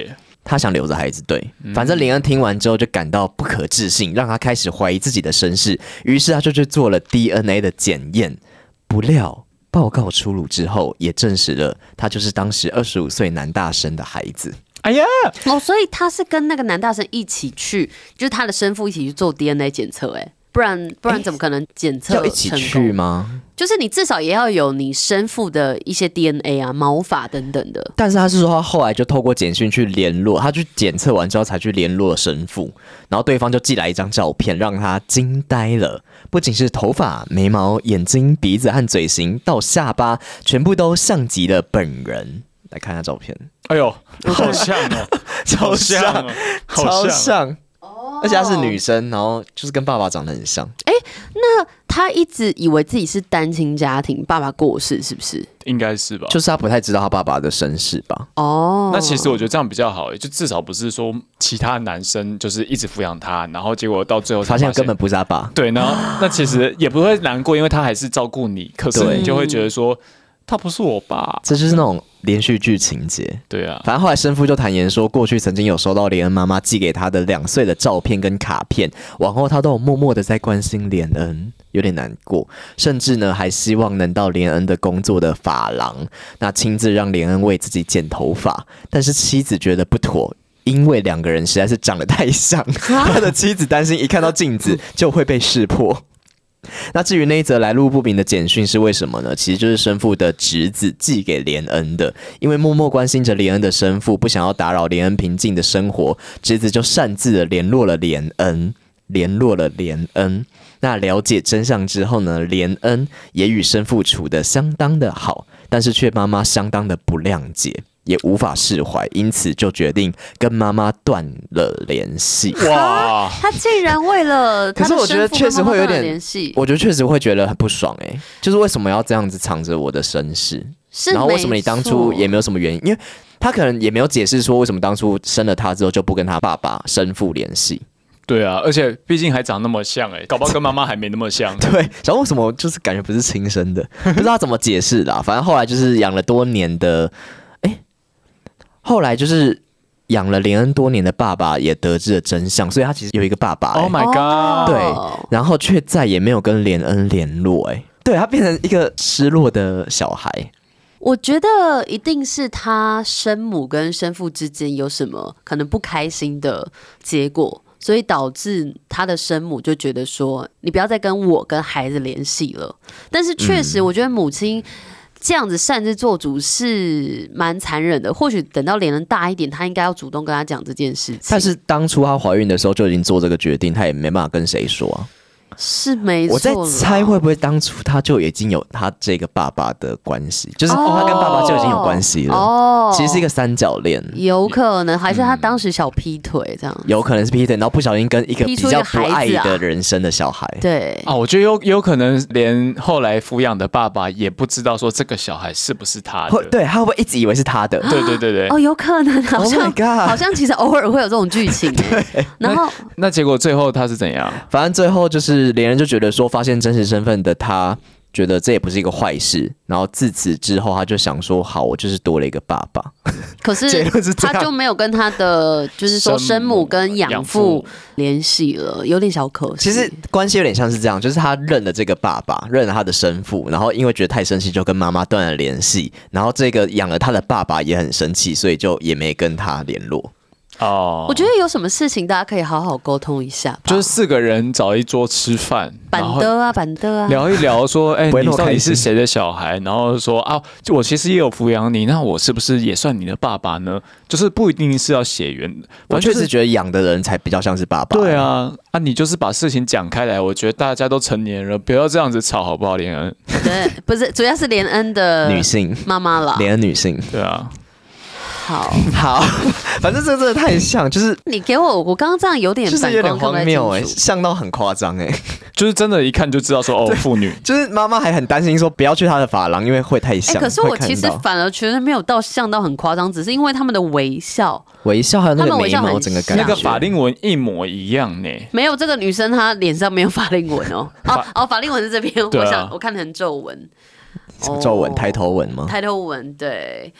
[SPEAKER 2] 他想留着孩子，对，反正连恩听完之后就感到不可置信，让他开始怀疑自己的身世，于是他就去做了 D N A 的检验，不料报告出炉之后，也证实了他就是当时二十五岁男大生的孩子。
[SPEAKER 3] 哎呀，
[SPEAKER 1] 哦，所以他是跟那个男大生一起去，就是他的生父一起去做 D N A 检测，哎，不然不然怎么可能检测
[SPEAKER 2] 要一起去吗？
[SPEAKER 1] 就是你至少也要有你生父的一些 D N A 啊、毛发等等的。
[SPEAKER 2] 但是他是说他后来就透过简讯去联络，他去检测完之后才去联络生父，然后对方就寄来一张照片，让他惊呆了。不仅是头发、眉毛、眼睛、鼻子和嘴型到下巴，全部都像极了本人。来看下照片，
[SPEAKER 3] 哎呦，好像哦，
[SPEAKER 2] 超像，
[SPEAKER 3] 哦，
[SPEAKER 2] 超像。而且她是女生，然后就是跟爸爸长得很像。
[SPEAKER 1] 哎、欸，那她一直以为自己是单亲家庭，爸爸过世是不是？
[SPEAKER 3] 应该是吧，
[SPEAKER 2] 就是她不太知道她爸爸的身世吧。
[SPEAKER 1] 哦，
[SPEAKER 3] 那其实我觉得这样比较好，就至少不是说其他男生就是一直抚养他，然后结果到最后
[SPEAKER 2] 发现根本不是他爸。
[SPEAKER 3] 对，然后那其实也不会难过，因为他还是照顾你，可是你就会觉得说他不是我爸，
[SPEAKER 2] 这就是那种连续剧情节。
[SPEAKER 3] 对啊，
[SPEAKER 2] 反正后来生父就坦言说，过去曾经有收到连恩妈妈寄给他的两岁的照片跟卡片，往后他都有默默的在关心连恩，有点难过，甚至呢还希望能到连恩的工作的发廊，那亲自让连恩为自己剪头发，但是妻子觉得不妥。因为两个人实在是长得太像，他的妻子担心一看到镜子就会被识破。那至于那一则来路不明的简讯是为什么呢？其实就是生父的侄子寄给连恩的，因为默默关心着连恩的生父，不想要打扰连恩平静的生活，侄子就擅自的联络了连恩，联络了连恩。那了解真相之后呢，连恩也与生父处得相当的好，但是却妈妈相当的不谅解。也无法释怀，因此就决定跟妈妈断了联系。
[SPEAKER 3] 哇！
[SPEAKER 1] 他竟然为了他的
[SPEAKER 2] 可是我觉得确实会有点
[SPEAKER 1] 联系，
[SPEAKER 2] 我觉得确实会觉得很不爽哎、欸，就是为什么要这样子藏着我的身世？然后为什么你当初也没有什么原因？因为他可能也没有解释说为什么当初生了他之后就不跟他爸爸生父联系。
[SPEAKER 3] 对啊，而且毕竟还长那么像哎、欸，搞不好跟妈妈还没那么像。
[SPEAKER 2] 对，然后为什么就是感觉不是亲生的？不知道怎么解释啦。反正后来就是养了多年的。后来就是养了连恩多年的爸爸也得知了真相，所以他其实有一个爸爸、欸。
[SPEAKER 3] Oh my god！
[SPEAKER 2] 对，然后却再也没有跟连恩联络、欸。哎，对他变成一个失落的小孩。
[SPEAKER 1] 我觉得一定是他生母跟生父之间有什么可能不开心的结果，所以导致他的生母就觉得说，你不要再跟我跟孩子联系了。但是确实，我觉得母亲。这样子擅自做主是蛮残忍的，或许等到连恩大一点，他应该要主动跟他讲这件事情。
[SPEAKER 2] 但是当初她怀孕的时候就已经做这个决定，她也没办法跟谁说啊。
[SPEAKER 1] 是没错，
[SPEAKER 2] 我在猜会不会当初他就已经有他这个爸爸的关系，就是他跟爸爸就已经有关系了。哦，其实是一个三角恋，
[SPEAKER 1] 有可能还是他当时小劈腿这样、嗯，
[SPEAKER 2] 有可能是劈腿，然后不小心跟一个比较不爱的人生的小孩。
[SPEAKER 1] 啊、对
[SPEAKER 3] 啊，我觉得有有可能连后来抚养的爸爸也不知道说这个小孩是不是他的，
[SPEAKER 2] 对，他会不会一直以为是他的？
[SPEAKER 3] 对对对对，
[SPEAKER 1] 哦，有可能，好像、
[SPEAKER 2] oh、
[SPEAKER 1] 好像其实偶尔会有这种剧情。对，然后
[SPEAKER 3] 那, 那结果最后他是怎样？
[SPEAKER 2] 反正最后就是连人就觉得说。发现真实身份的他，觉得这也不是一个坏事，然后自此之后，他就想说：好，我就是多了一个爸爸。
[SPEAKER 1] 可是他就没有跟他的，就是说生母跟养父联系了，有点小可惜。
[SPEAKER 2] 其实关系有点像是这样，就是他认了这个爸爸，认了他的生父，然后因为觉得太生气，就跟妈妈断了联系。然后这个养了他的爸爸也很生气，所以就也没跟他联络。
[SPEAKER 3] 哦，
[SPEAKER 1] 我觉得有什么事情大家可以好好沟通一下，
[SPEAKER 3] 就是四个人找一桌吃饭，
[SPEAKER 1] 板的啊板的啊，
[SPEAKER 3] 聊一聊说，哎、欸，你到底是谁的小孩？然后说啊，我其实也有抚养你，那我是不是也算你的爸爸呢？就是不一定是要血缘，
[SPEAKER 2] 我确实觉得养的人才比较像是爸爸。
[SPEAKER 3] 对啊，啊，你就是把事情讲开来，我觉得大家都成年人了，不要这样子吵好不好？连恩，
[SPEAKER 1] 对，不是，主要是连恩的
[SPEAKER 2] 女性
[SPEAKER 1] 妈妈啦，
[SPEAKER 2] 连恩女性，
[SPEAKER 3] 对啊。
[SPEAKER 1] 好
[SPEAKER 2] 好，反正这真的太像，就是
[SPEAKER 1] 你给我，我刚刚这样有点
[SPEAKER 2] 就是有点荒谬哎、欸，像到很夸张哎，
[SPEAKER 3] 就是真的，一看就知道说哦，妇女，
[SPEAKER 2] 就是妈妈还很担心说不要去她的发廊，因为会太像。
[SPEAKER 1] 欸、可是我其实反而觉得没有到像到很夸张，只是因为他们的微笑，
[SPEAKER 2] 微笑还有那个眉毛，整个感觉
[SPEAKER 3] 那个法令纹一模一样呢。
[SPEAKER 1] 没有，这个女生她脸上没有法令纹哦，哦哦，法令纹是这边，
[SPEAKER 3] 啊、
[SPEAKER 1] 我想我看成皱纹，
[SPEAKER 2] 皱纹、抬头纹吗？
[SPEAKER 1] 抬头纹对。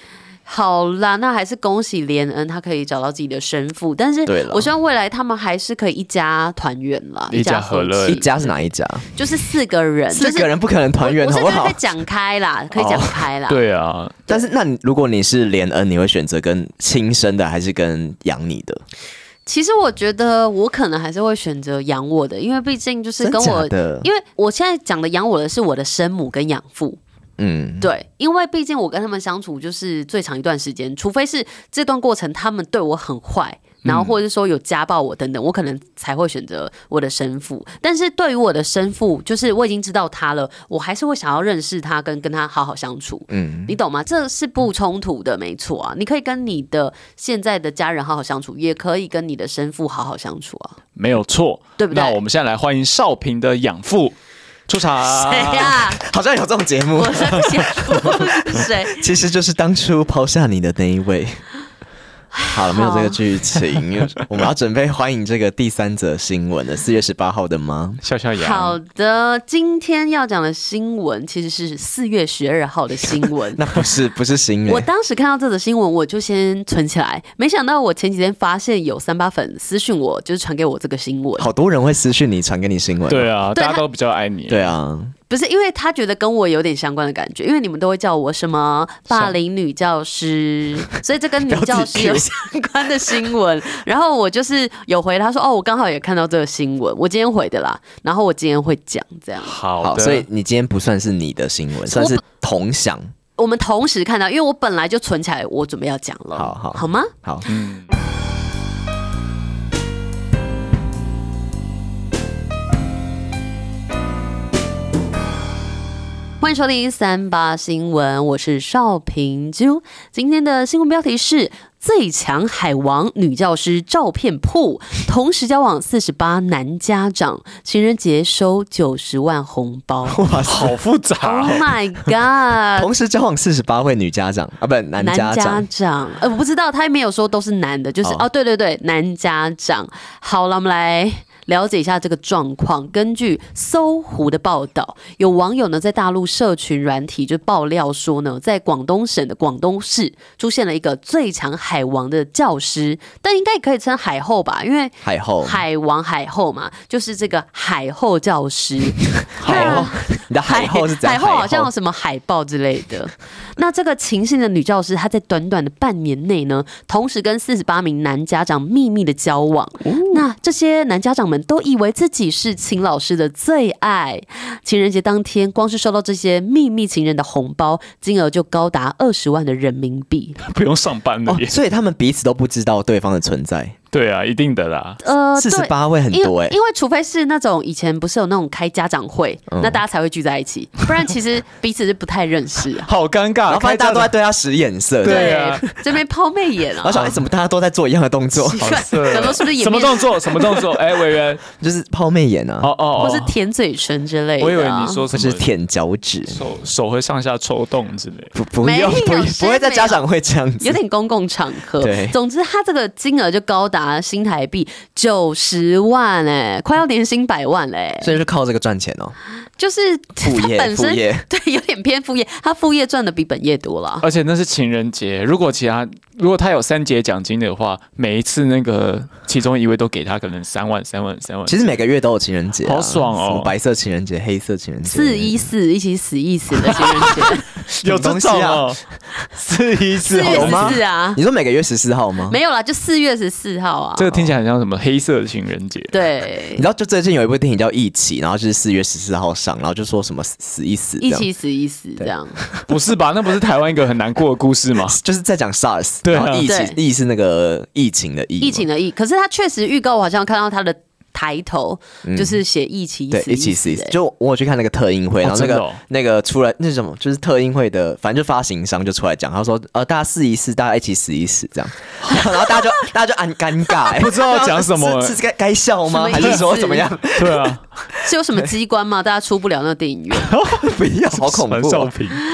[SPEAKER 1] 好啦，那还是恭喜连恩，他可以找到自己的生父。但是我希望未来他们还是可以一家团圆啦，
[SPEAKER 3] 一家和乐。
[SPEAKER 2] 一家是哪一家？
[SPEAKER 1] 就是四个人，
[SPEAKER 2] 四个人不可能团圆，好不好？
[SPEAKER 1] 可以讲开啦，可以讲开啦。
[SPEAKER 3] 哦、对啊，
[SPEAKER 2] 但是那如果你是连恩，你会选择跟亲生的还是跟养你的？
[SPEAKER 1] 其实我觉得我可能还是会选择养我的，因为毕竟就是跟我，因为我现在讲的养我的是我的生母跟养父。嗯，对，因为毕竟我跟他们相处就是最长一段时间，除非是这段过程他们对我很坏，然后或者是说有家暴我等等，我可能才会选择我的生父。但是对于我的生父，就是我已经知道他了，我还是会想要认识他，跟跟他好好相处。嗯，你懂吗？这是不冲突的，没错啊。你可以跟你的现在的家人好好相处，也可以跟你的生父好好相处啊，
[SPEAKER 3] 没有错，
[SPEAKER 1] 对不对？
[SPEAKER 3] 那我们现在来欢迎少平的养父出场。
[SPEAKER 1] 谁呀？
[SPEAKER 2] 好像有这种节目，
[SPEAKER 1] 我才不想说是谁。
[SPEAKER 2] 其实就是当初抛下你的那一位。好了，没有这个剧情，我们要准备欢迎这个第三则新闻了。四月十八号的吗？
[SPEAKER 3] 笑笑羊。
[SPEAKER 1] 好的，今天要讲的新闻其实是四月十二号的新闻。
[SPEAKER 2] 那不是不是新闻。
[SPEAKER 1] 我当时看到这则新闻，我就先存起来，没想到我前几天发现有三八粉私讯我，就是传给我这个新闻。
[SPEAKER 2] 好多人会私讯你，传给你新闻。
[SPEAKER 3] 对啊，大家都比较爱你。
[SPEAKER 2] 对啊。
[SPEAKER 1] 不是因为他觉得跟我有点相关的感觉，因为你们都会叫我什么霸凌女教师，所以这跟女教师有相关的新闻。然后我就是有回他说，哦，我刚好也看到这个新闻，我今天回的啦。然后我今天会讲这样。
[SPEAKER 3] 好的，
[SPEAKER 2] 所以你今天不算是你的新闻，算是同享。
[SPEAKER 1] 我们同时看到，因为我本来就存起来，我准备要讲了。
[SPEAKER 2] 好好
[SPEAKER 1] 好吗？
[SPEAKER 2] 好，
[SPEAKER 3] 嗯。
[SPEAKER 1] 欢迎收听三八新闻，我是邵平啾。今天的新闻标题是最强海王女教师照片曝，同时交往四十八男家长，情人节收九十万红包。
[SPEAKER 3] 哇，好复杂、
[SPEAKER 1] 哦、！Oh my god！
[SPEAKER 2] 同时交往四十八位女家长啊，不，男家长。男家
[SPEAKER 1] 长，呃，我不知道，他没有说都是男的，就是、哦, 哦，对对对，男家长。好了，我们来了解一下这个状况。根据搜狐的报道，有网友呢在大陆社群软体就爆料说呢，在广东省的广东市出现了一个最强海王的教师，但应该也可以称海后吧，因为
[SPEAKER 2] 海后
[SPEAKER 1] 海王海后嘛，就是这个海后教师。
[SPEAKER 2] 海后，你的海后是怎样？
[SPEAKER 1] 海后好像有什么海报之类的。那这个秦姓的女教师，她在短短的半年内呢，同时跟四十八名男家长秘密的交往。哦、那这些男家长们都以为自己是秦老师的最爱。情人节当天，光是收到这些秘密情人的红包，金额就高达二十万的人民币。
[SPEAKER 3] 不用上班了耶、
[SPEAKER 2] 哦，所以他们彼此都不知道对方的存在。
[SPEAKER 3] 对啊，一定的啦。
[SPEAKER 1] 呃，
[SPEAKER 2] 四十八位很多哎、欸，
[SPEAKER 1] 因为除非是那种以前不是有那种开家长会，嗯、那大家才会聚在一起，不然其实彼此是不太认识、啊。
[SPEAKER 3] 好尴尬，
[SPEAKER 2] 然后发现大家都在对他使眼色。
[SPEAKER 1] 对啊，这边抛媚眼啊。
[SPEAKER 2] 然后想，哎、欸，怎么大家都在做一样的动作？
[SPEAKER 1] 奇怪，想说是不是演
[SPEAKER 3] 什么动作？什么动作？哎、欸，委员
[SPEAKER 2] 就是抛媚眼啊，
[SPEAKER 3] 哦哦，
[SPEAKER 1] 或是舔嘴唇之类的、啊。
[SPEAKER 3] 我以为你说什么
[SPEAKER 2] 是舔脚趾，
[SPEAKER 3] 手手会上下抽动之类。
[SPEAKER 2] 不不用，不不会在家长会这样子，
[SPEAKER 1] 有点公共场合。
[SPEAKER 2] 对，
[SPEAKER 1] 总之他这个金额就高达新台币九十万哎、欸，快要年薪百万嘞、欸，
[SPEAKER 2] 所以就靠这个赚钱哦。
[SPEAKER 1] 就是
[SPEAKER 2] 副业，
[SPEAKER 1] 他本身
[SPEAKER 2] 副业
[SPEAKER 1] 对有点偏副业，他副业赚的比本业多了。
[SPEAKER 3] 而且那是情人节，如果其他如果他有三节奖金的话，每一次那个其中一位都给他可能三万、三万、三万。
[SPEAKER 2] 其实每个月都有情人节、啊，
[SPEAKER 3] 好爽哦！
[SPEAKER 2] 什么白色情人节、黑色情人节，
[SPEAKER 1] 四一四一起死一死的情人节，
[SPEAKER 3] 有这种哦？四一四
[SPEAKER 1] 有吗？是啊，
[SPEAKER 2] 你说每个月十四号吗？
[SPEAKER 1] 没有啦，就四月十四号啊。
[SPEAKER 3] 这个听起来很像什么黑色情人节。
[SPEAKER 1] 对，
[SPEAKER 2] 你知道就最近有一部电影叫《一起》，然后就是四月十四号上，然后就说什么死一死，
[SPEAKER 1] 一起死一死这样。
[SPEAKER 3] 不是吧？那不是台湾一个很难过的故事吗？
[SPEAKER 2] 就是在讲 SARS，
[SPEAKER 3] 对、啊，
[SPEAKER 2] 然后疫情，疫是那个疫情的疫，
[SPEAKER 1] 疫情的疫。可是他确实预告，我好像看到他的抬头，嗯、就是写一起死一死，
[SPEAKER 2] 对，一起死一死。就我有去看那个特映会，然后那个、哦哦、那个出来那是什么，就是特映会的，反正就发行商就出来讲，他说呃大家试一试，大家一起死一死这样，然后大家就大家就很尴尬、欸，
[SPEAKER 3] 不知道讲什么，
[SPEAKER 2] 是该该笑吗？还是说怎么样？
[SPEAKER 3] 对啊，
[SPEAKER 1] 是有什么机关吗？大家出不了那个电影院，
[SPEAKER 2] 不要，好恐怖、哦。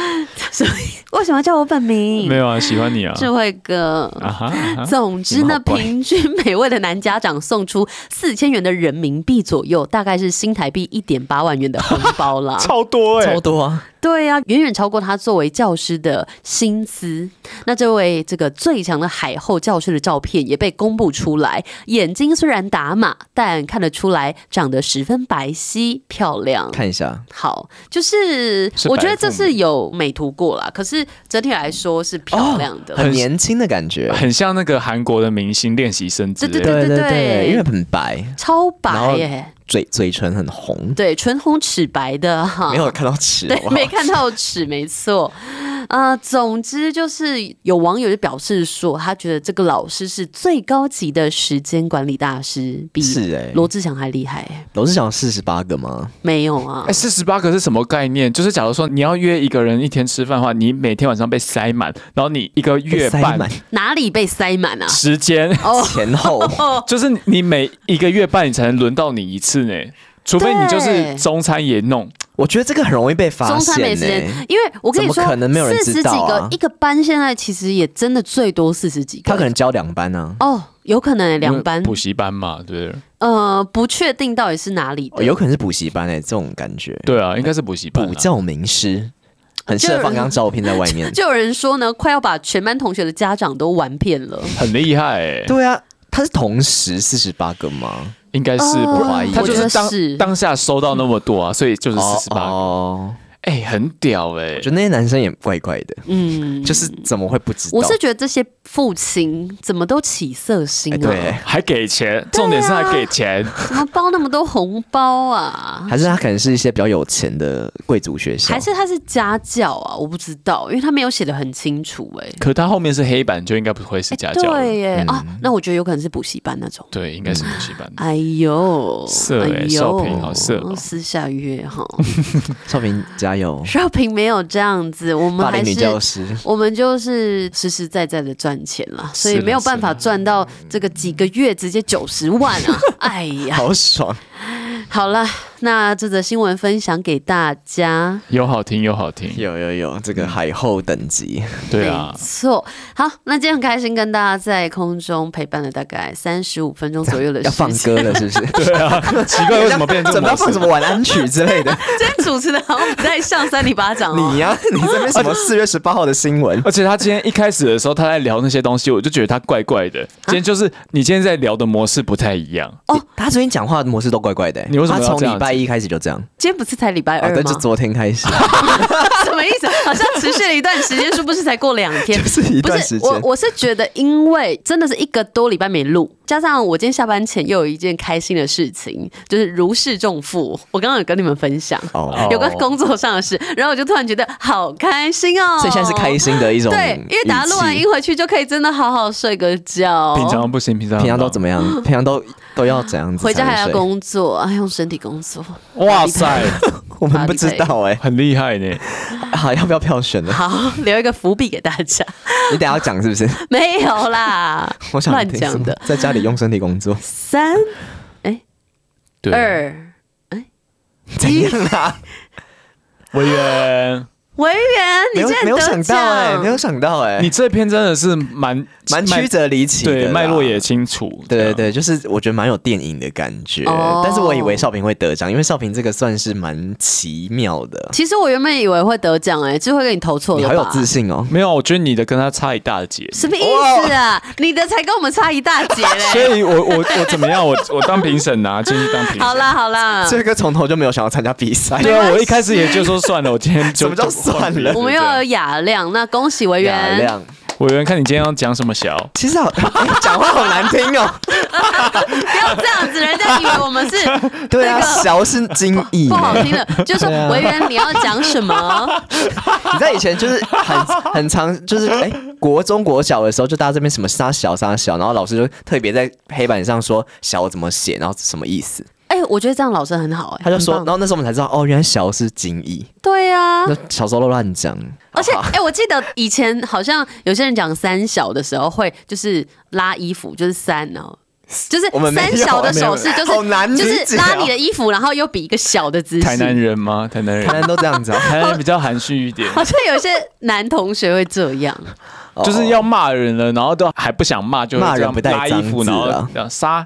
[SPEAKER 1] 所以为什么要叫我本名？
[SPEAKER 3] 没有啊，喜欢你啊，
[SPEAKER 1] 智慧哥。
[SPEAKER 3] 啊哈啊哈
[SPEAKER 1] 总之呢，平均每位的男家长送出四千元的人民币左右，大概是新台币一点八万元的红包啦，
[SPEAKER 3] 超多哎、欸，
[SPEAKER 2] 超多啊！
[SPEAKER 1] 对啊，远远超过他作为教师的薪资。那这位这个最强的海后教师的照片也被公布出来，眼睛虽然打码，但看得出来长得十分白皙漂亮。
[SPEAKER 2] 看一下，
[SPEAKER 1] 好，就是我觉得这是有美图过啦，可是整体来说是漂亮的，
[SPEAKER 2] 哦、很年轻的感觉，
[SPEAKER 3] 很像那个韩国的明星练习生之类的。
[SPEAKER 1] 对对对 对,
[SPEAKER 2] 对，因为很白，
[SPEAKER 1] 超白耶、欸。
[SPEAKER 2] 嘴嘴唇很红，
[SPEAKER 1] 对，唇红齿白的哈，
[SPEAKER 2] 没有看到齿，
[SPEAKER 1] 对，没看到齿，没错。呃，总之就是有网友就表示说，他觉得这个老师是最高级的时间管理大师，比罗志祥还厉害、欸。
[SPEAKER 2] 罗志祥四十八个吗？
[SPEAKER 1] 没有啊，
[SPEAKER 3] 哎，四十八个是什么概念？就是假如说你要约一个人一天吃饭的话，你每天晚上被塞满，然后你一个月半
[SPEAKER 1] 哪里被塞满啊？
[SPEAKER 3] 时间
[SPEAKER 2] 前后，
[SPEAKER 3] 就是你每一个月半你才能轮到你一次呢。除非你就是中餐也弄，
[SPEAKER 2] 我觉得这个很容易被发现、欸。
[SPEAKER 1] 中餐没时间，因为我跟你说，
[SPEAKER 2] 怎么可能没有人知道啊？
[SPEAKER 1] 四十几个一个班，现在其实也真的最多四十几个。
[SPEAKER 2] 他可能教两班啊。
[SPEAKER 1] 哦，有可能两班
[SPEAKER 3] 补习班嘛，对不对？
[SPEAKER 1] 呃，不确定到底是哪里的，
[SPEAKER 2] 哦、有可能是补习班哎、欸，这种感觉。
[SPEAKER 3] 对啊，应该是补习班、啊。
[SPEAKER 2] 补教名师。很适合放张照片在外面。
[SPEAKER 1] 就有人说呢，快要把全班同学的家长都玩遍了，
[SPEAKER 3] 很厉害哎、欸。
[SPEAKER 2] 对啊，他是同时四十八个吗？
[SPEAKER 3] 应该是，
[SPEAKER 1] 呃、
[SPEAKER 3] 不
[SPEAKER 2] 怀疑。
[SPEAKER 3] 他就是当当下收到那么多啊，所以就是四十八个。
[SPEAKER 2] 哦，
[SPEAKER 3] 哎、欸，很屌哎、欸！
[SPEAKER 2] 我觉得那些男生也怪怪的，
[SPEAKER 1] 嗯，
[SPEAKER 2] 就是怎么会不知道？
[SPEAKER 1] 我是觉得这些父亲怎么都起色心啊，欸、
[SPEAKER 2] 对，
[SPEAKER 3] 还给钱，重点是还给钱，
[SPEAKER 1] 啊、怎么包那么多红包啊？
[SPEAKER 2] 还是他可能是一些比较有钱的贵族学校，
[SPEAKER 1] 还是他是家教啊？我不知道，因为他没有写得很清楚哎、欸。
[SPEAKER 3] 可他后面是黑板，就应该不会是家教、
[SPEAKER 1] 欸。对耶、
[SPEAKER 2] 嗯、
[SPEAKER 1] 啊，那我觉得有可能是补习班那种。
[SPEAKER 3] 对，应该是补习班、
[SPEAKER 1] 嗯。哎呦，
[SPEAKER 3] 色哎、欸，少平好色、
[SPEAKER 1] 哦，私下约哈。
[SPEAKER 2] 少平加油，
[SPEAKER 1] 少平没有这样子，我们还是
[SPEAKER 2] 女教师，
[SPEAKER 1] 我们就是实实在在的赚钱啦，所以没有办法赚到这个几个月直接九十万啊！哎呀，
[SPEAKER 2] 好爽。
[SPEAKER 1] 好了，那这则新闻分享给大家，
[SPEAKER 3] 有好听有好听，
[SPEAKER 2] 有有有，这个海后等级，
[SPEAKER 3] 对啊，
[SPEAKER 1] 没错。好，那今天很开心跟大家在空中陪伴了大概三十五分钟左右的时间，
[SPEAKER 2] 要放歌了是不是？
[SPEAKER 3] 对啊，奇怪为什么变成
[SPEAKER 2] 怎么要放什么晚安曲之类的？
[SPEAKER 1] 今天主持的好像不太像三里巴掌哦。
[SPEAKER 2] 你呀、啊，你这边什么四月十八号的新闻？
[SPEAKER 3] 而且他今天一开始的时候他在聊那些东西，我就觉得他怪怪的。今天就是你今天在聊的模式不太一样
[SPEAKER 2] 哦，他最近讲话的模式都怪怪的、欸。
[SPEAKER 3] 你为什么要这样？
[SPEAKER 2] 他从礼拜一开始就这样。
[SPEAKER 1] 今天不是才礼拜二吗？
[SPEAKER 2] 哦、对，就昨天开始。
[SPEAKER 1] 什么意思？好像持续了一段时间，是不是才过两天？
[SPEAKER 2] 就是一段时间。
[SPEAKER 1] 我我是觉得，因为真的是一个多礼拜没录，加上我今天下班前又有一件开心的事情，就是如释重负。我刚刚有跟你们分享，哦、有个工作上的事，然后我就突然觉得好开心哦。
[SPEAKER 2] 所以现在是开心的一种。
[SPEAKER 1] 对，因为等下录完音回去就可以真的好好睡个觉。
[SPEAKER 3] 平常不行，平常
[SPEAKER 2] 平常都怎么样？平常都都要怎样子？
[SPEAKER 1] 回家还要工作，啊，用身体工作。
[SPEAKER 3] 哇塞，
[SPEAKER 2] 我们不知道哎、欸，
[SPEAKER 3] 很厉害呢。
[SPEAKER 2] 好，要不要票选呢？
[SPEAKER 1] 好，留一个伏笔给大家。
[SPEAKER 2] 你等一下要讲是不是？
[SPEAKER 1] 没有啦，
[SPEAKER 2] 我想
[SPEAKER 1] 乱讲的。
[SPEAKER 2] 在家里用身体工作。
[SPEAKER 1] 三，哎、欸，二，哎、欸，
[SPEAKER 2] 怎样啦？
[SPEAKER 3] 委员。
[SPEAKER 1] 维园，你竟然
[SPEAKER 2] 没有想到哎、欸，没有想到哎、欸，
[SPEAKER 3] 你这篇真的是蛮
[SPEAKER 2] 蛮曲折离奇的，
[SPEAKER 3] 对，脉络也清楚，
[SPEAKER 2] 对对对，就是我觉得蛮有电影的感觉，哦、但是我以为少平会得奖，因为少平这个算是蛮奇妙的。
[SPEAKER 1] 其实我原本以为会得奖哎，就会给你投错了吧？
[SPEAKER 2] 你好有自信哦。
[SPEAKER 3] 没有，我觉得你的跟他差一大截。
[SPEAKER 1] 什么意思啊？你的才跟我们差一大截嘞。
[SPEAKER 3] 所以我我我怎么样？我我当评审啊，进去当评审。
[SPEAKER 1] 好啦好啦，
[SPEAKER 2] 这个从头就没有想要参加比赛。
[SPEAKER 3] 对啊，我一开始也就说算了，我今天就
[SPEAKER 2] 什么叫算了？
[SPEAKER 1] 我们又有雅亮，那恭喜维园。
[SPEAKER 2] 雅亮，
[SPEAKER 3] 维园，看你今天要讲什么小？
[SPEAKER 2] 其实好，讲话好难听哦。
[SPEAKER 1] 不要这样子，人家以为我们是
[SPEAKER 2] 对啊，小是精益，
[SPEAKER 1] 不好听的，就说维园你要讲什么？
[SPEAKER 2] 你在以前就是很很常就是哎、欸，国中国小的时候，就大家这边什么杀小杀小，然后老师就特别在黑板上说小怎么写，然后什么意思。
[SPEAKER 1] 哎、欸，我觉得这样老师很好哎、欸，
[SPEAKER 2] 他就说，然后那时候我们才知道，哦，原来小是精益。
[SPEAKER 1] 对啊，
[SPEAKER 2] 那小时候都乱讲。
[SPEAKER 1] 而且，哎、欸，我记得以前好像有些人讲三小的时候，会就是拉衣服，就是三，然后就是
[SPEAKER 2] 我们没有
[SPEAKER 1] 三小的手势，就是
[SPEAKER 2] 好难理解哦
[SPEAKER 1] 就是拉你的衣服，然后又比一个小的姿势。
[SPEAKER 3] 台南人吗？台南人，
[SPEAKER 2] 台南都这样子哦。
[SPEAKER 3] 台南人比较含蓄一点，
[SPEAKER 1] 好像有一些男同学会这样，
[SPEAKER 3] 就是要骂人了，然后都还不想骂，就会这样
[SPEAKER 2] 骂人不带
[SPEAKER 3] 拉衣服，然
[SPEAKER 2] 脏字啊
[SPEAKER 3] 后这样杀。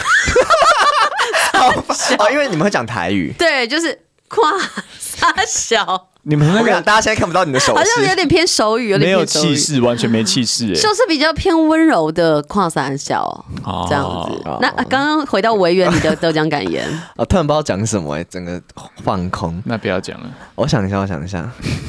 [SPEAKER 2] 哦，因为你们会讲台语，
[SPEAKER 1] 对，就是跨撒小，
[SPEAKER 3] 你们那个
[SPEAKER 2] 我跟你讲大家现在看不到你的手
[SPEAKER 1] 好像有
[SPEAKER 2] 势，
[SPEAKER 1] 点偏手语，有
[SPEAKER 3] 没有
[SPEAKER 1] 点偏手语
[SPEAKER 3] 气，势，完全没气势哎。
[SPEAKER 1] 就是比较偏温柔的跨撒小
[SPEAKER 3] 哦
[SPEAKER 1] 这样子。
[SPEAKER 2] 哦
[SPEAKER 1] 那啊刚刚回到维园，你的得奖感言，
[SPEAKER 2] 我突然不知道讲什么哎，整个放空。
[SPEAKER 3] 那不要讲了，
[SPEAKER 2] 我想一下，我想一下。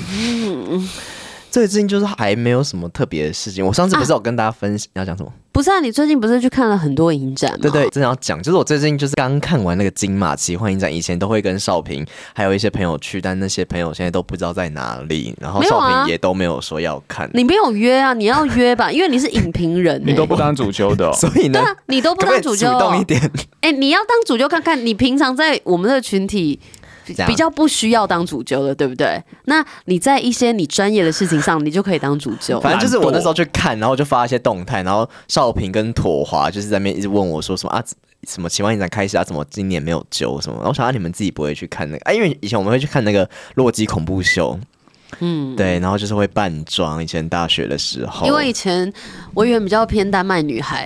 [SPEAKER 2] 最近就是还没有什么特别的事情。我上次不是有跟大家分享、啊、要讲什么？
[SPEAKER 1] 不是啊？你最近不是去看了很多影展吗？
[SPEAKER 2] 对对，真的要讲，就是我最近就是刚看完那个金马奇幻影展，以前都会跟少平还有一些朋友去，但那些朋友现在都不知道在哪里，然后少
[SPEAKER 1] 没有啊
[SPEAKER 2] 平也都没有说要看。
[SPEAKER 1] 你没有约啊？你要约吧，因为你是影评人、欸，
[SPEAKER 3] 你都不当主揪的、哦，
[SPEAKER 2] 所以呢，
[SPEAKER 1] 对啊，你都不
[SPEAKER 2] 可不可以
[SPEAKER 1] 当主揪、
[SPEAKER 2] 主动一
[SPEAKER 1] 哦。
[SPEAKER 2] 点？
[SPEAKER 1] 哎、欸，你要当主揪看看，你平常在我们这个群体比较不需要当主揪的，对不对？那你在一些你专业的事情上，你就可以当主揪。
[SPEAKER 2] 反正就是我那时候去看，然后就发一些动态，然后少平跟妥华就是在那边一直问我说什么啊。什么奇幻影展开始啊？怎么今年没有揪什么？然后我想啊，你们自己不会去看那个啊？因为以前我们会去看那个洛基恐怖秀，嗯，对，然后就是会扮装。以前大学的时候，
[SPEAKER 1] 因为以前我以为比较偏丹麦女孩，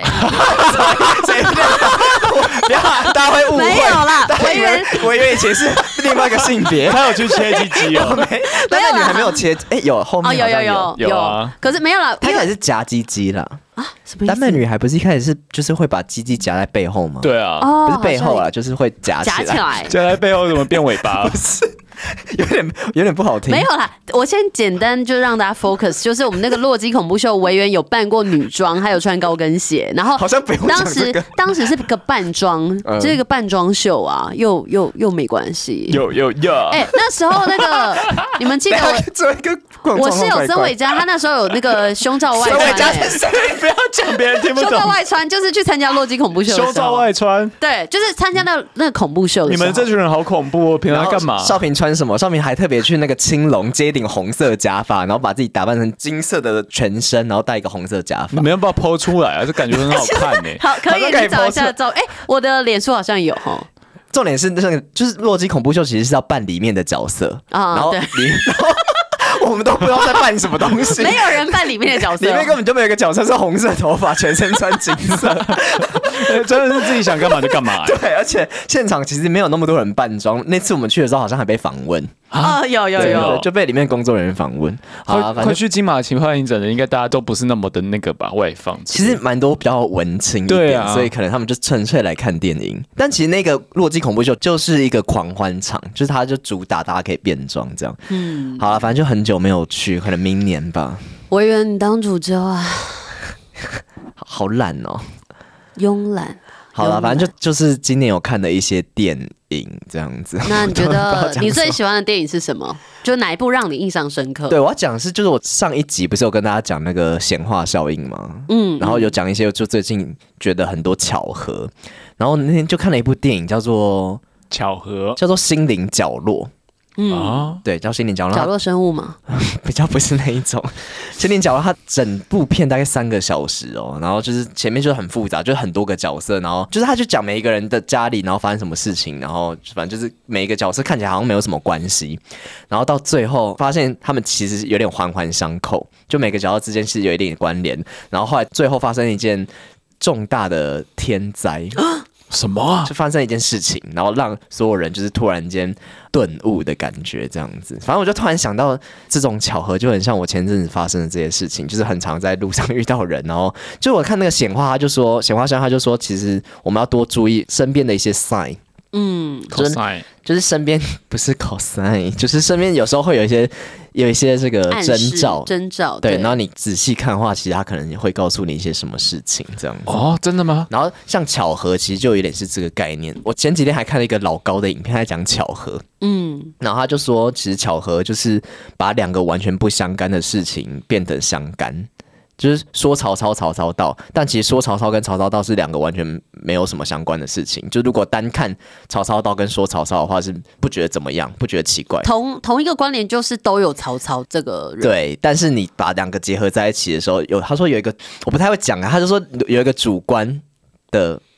[SPEAKER 2] 不要，大家会误会。
[SPEAKER 1] 没有啦，
[SPEAKER 2] 我以为我以为以前是另外一个性别，
[SPEAKER 3] 他有去切鸡鸡哦，
[SPEAKER 2] 没，但是你还没有切，哎、欸，有后面
[SPEAKER 1] 哦，有有
[SPEAKER 2] 有
[SPEAKER 1] 有
[SPEAKER 3] 有啊，
[SPEAKER 1] 可是没有啦，
[SPEAKER 2] 他一开始是夹鸡鸡啦。
[SPEAKER 1] 啊，什么意思？
[SPEAKER 2] 丹麦女孩不是一开始是就是会把鸡鸡夹在背后吗？
[SPEAKER 3] 对啊，
[SPEAKER 1] 哦，
[SPEAKER 2] 不是背后啦，就是会夹起来。
[SPEAKER 1] 夹起来，
[SPEAKER 3] 夹在背后怎么变尾巴？
[SPEAKER 2] 不是，有点有点不好听。
[SPEAKER 1] 没有啦，我先简单就让大家 focus， 就是我们那个洛基恐怖秀，维园有扮过女装，还有穿高跟鞋，然后
[SPEAKER 2] 好像不用讲
[SPEAKER 1] 当时
[SPEAKER 2] 这个
[SPEAKER 1] 当时是个扮装，
[SPEAKER 2] 嗯
[SPEAKER 1] 就是一个扮装秀啊，又又又没关系。
[SPEAKER 3] 有有有，
[SPEAKER 1] 哎、那时候那个你们记得我
[SPEAKER 2] 做一个广
[SPEAKER 1] 我室友
[SPEAKER 2] 告怪怪
[SPEAKER 1] 曾伟嘉，他那时候有那个胸罩外
[SPEAKER 2] 孙伟
[SPEAKER 1] 穿、欸，
[SPEAKER 2] 嘉是谁？
[SPEAKER 3] 不要讲别人听不
[SPEAKER 1] 胸罩
[SPEAKER 3] 懂。
[SPEAKER 1] 外穿就是去参加洛基恐怖秀的时候，
[SPEAKER 3] 胸罩外穿，
[SPEAKER 1] 对，就是参加那那个恐怖秀的时候。
[SPEAKER 3] 你们这群人好恐怖哦！平常在干嘛？
[SPEAKER 2] 少平穿什么？少平还特别去那个青龙接一顶红色假发，然后把自己打扮成金色的全身，然后戴一个红色假发
[SPEAKER 3] 你。们要不要剖出来啊？这感觉很好看呢、
[SPEAKER 1] 好，可以
[SPEAKER 2] 好像可以
[SPEAKER 1] 你找一
[SPEAKER 2] po 出
[SPEAKER 1] 下照。哎、我的脸书好像有哈。
[SPEAKER 2] 重点是那个就是洛基恐怖秀，其实是要扮里面的角色
[SPEAKER 1] 啊
[SPEAKER 2] 然后
[SPEAKER 1] 对
[SPEAKER 2] 里然后我们都不知道在扮什么东西。
[SPEAKER 1] 没有人扮里面的角色
[SPEAKER 2] 里，面根本就没有一个角色是红色头发，全身穿金色。
[SPEAKER 3] 真的是自己想干嘛就干嘛、欸。
[SPEAKER 2] 对，而且现场其实没有那么多人扮装。那次我们去的时候，好像还被访问，
[SPEAKER 1] 哦，有有
[SPEAKER 2] 对
[SPEAKER 1] 有，
[SPEAKER 2] 就被里面工作人员访问。好啊，
[SPEAKER 3] 快快
[SPEAKER 2] 反正
[SPEAKER 3] 去金马奇幻影展的，应该大家都不是那么的那个吧，外放。
[SPEAKER 2] 其实蛮多比较文青一点，
[SPEAKER 3] 对啊
[SPEAKER 2] 所以可能他们就纯粹来看电影。但其实那个洛基恐怖秀就是一个狂欢场，就是它就主打大家可以变装这样。嗯，好了，反正就很久没有去，可能明年吧。
[SPEAKER 1] 维园你当主揪啊，
[SPEAKER 2] 好好懒哦。
[SPEAKER 1] 慵懒。
[SPEAKER 2] 好了，
[SPEAKER 1] 慵懒
[SPEAKER 2] 反正就就是今年有看的一些电影这样子。
[SPEAKER 1] 那你觉
[SPEAKER 2] 我都不知道
[SPEAKER 1] 得你最
[SPEAKER 2] 讲什么
[SPEAKER 1] 喜欢的电影是什么？就哪一部让你印象深刻？
[SPEAKER 2] 对，我要讲的是，就是我上一集不是有跟大家讲那个显化效应吗？
[SPEAKER 1] 嗯，
[SPEAKER 2] 然后有讲一些就最近觉得很多巧合，然后那天就看了一部电影叫做
[SPEAKER 3] 巧合
[SPEAKER 2] 叫做《心灵角落》，
[SPEAKER 1] 嗯，
[SPEAKER 3] 啊，
[SPEAKER 2] 对，叫《心灵角落》，
[SPEAKER 1] 角落生物嘛，
[SPEAKER 2] 比较不是那一种。心灵角落它整部片大概三个小时哦，然后就是前面就是很复杂，就是很多个角色，然后就是他就讲每一个人的家里，然后发生什么事情，然后反正就是每一个角色看起来好像没有什么关系，然后到最后发现他们其实有点环环相扣，就每个角色之间是有一点关联，然后后来最后发生一件重大的天灾。
[SPEAKER 3] 什么啊？
[SPEAKER 2] 就发生一件事情，然后让所有人就是突然间顿悟的感觉，这样子。反正我就突然想到，这种巧合就很像我前阵子发生的这些事情，就是很常在路上遇到人，然后就我看那个显化，他就说显化商他就说，其实我们要多注意身边的一些 sign。
[SPEAKER 1] 嗯，
[SPEAKER 2] 就是
[SPEAKER 3] cosine
[SPEAKER 2] 就是身边不是 cosine，就是身边有时候会有一些有一些这个
[SPEAKER 1] 暗示
[SPEAKER 2] 征兆，
[SPEAKER 1] 征兆，
[SPEAKER 2] 对，然后你仔细看的话，其实他可能会告诉你一些什么事情，这样子。
[SPEAKER 3] 哦，真的吗？
[SPEAKER 2] 然后像巧合，其实就有点是这个概念。我前几天还看了一个老高的影片，在讲巧合，
[SPEAKER 1] 嗯，
[SPEAKER 2] 然后他就说，其实巧合就是把两个完全不相干的事情变得相干。就是说曹操曹操到，但其实说曹操跟曹操到是两个完全没有什么相关的事情。就如果单看曹操到跟说曹操的话，是不觉得怎么样，不觉得奇怪。
[SPEAKER 1] 同同一个关联就是都有曹操这个人，
[SPEAKER 2] 对，但是你把两个结合在一起的时候，有他说有一个我不太会讲啊，他就说有一个主观的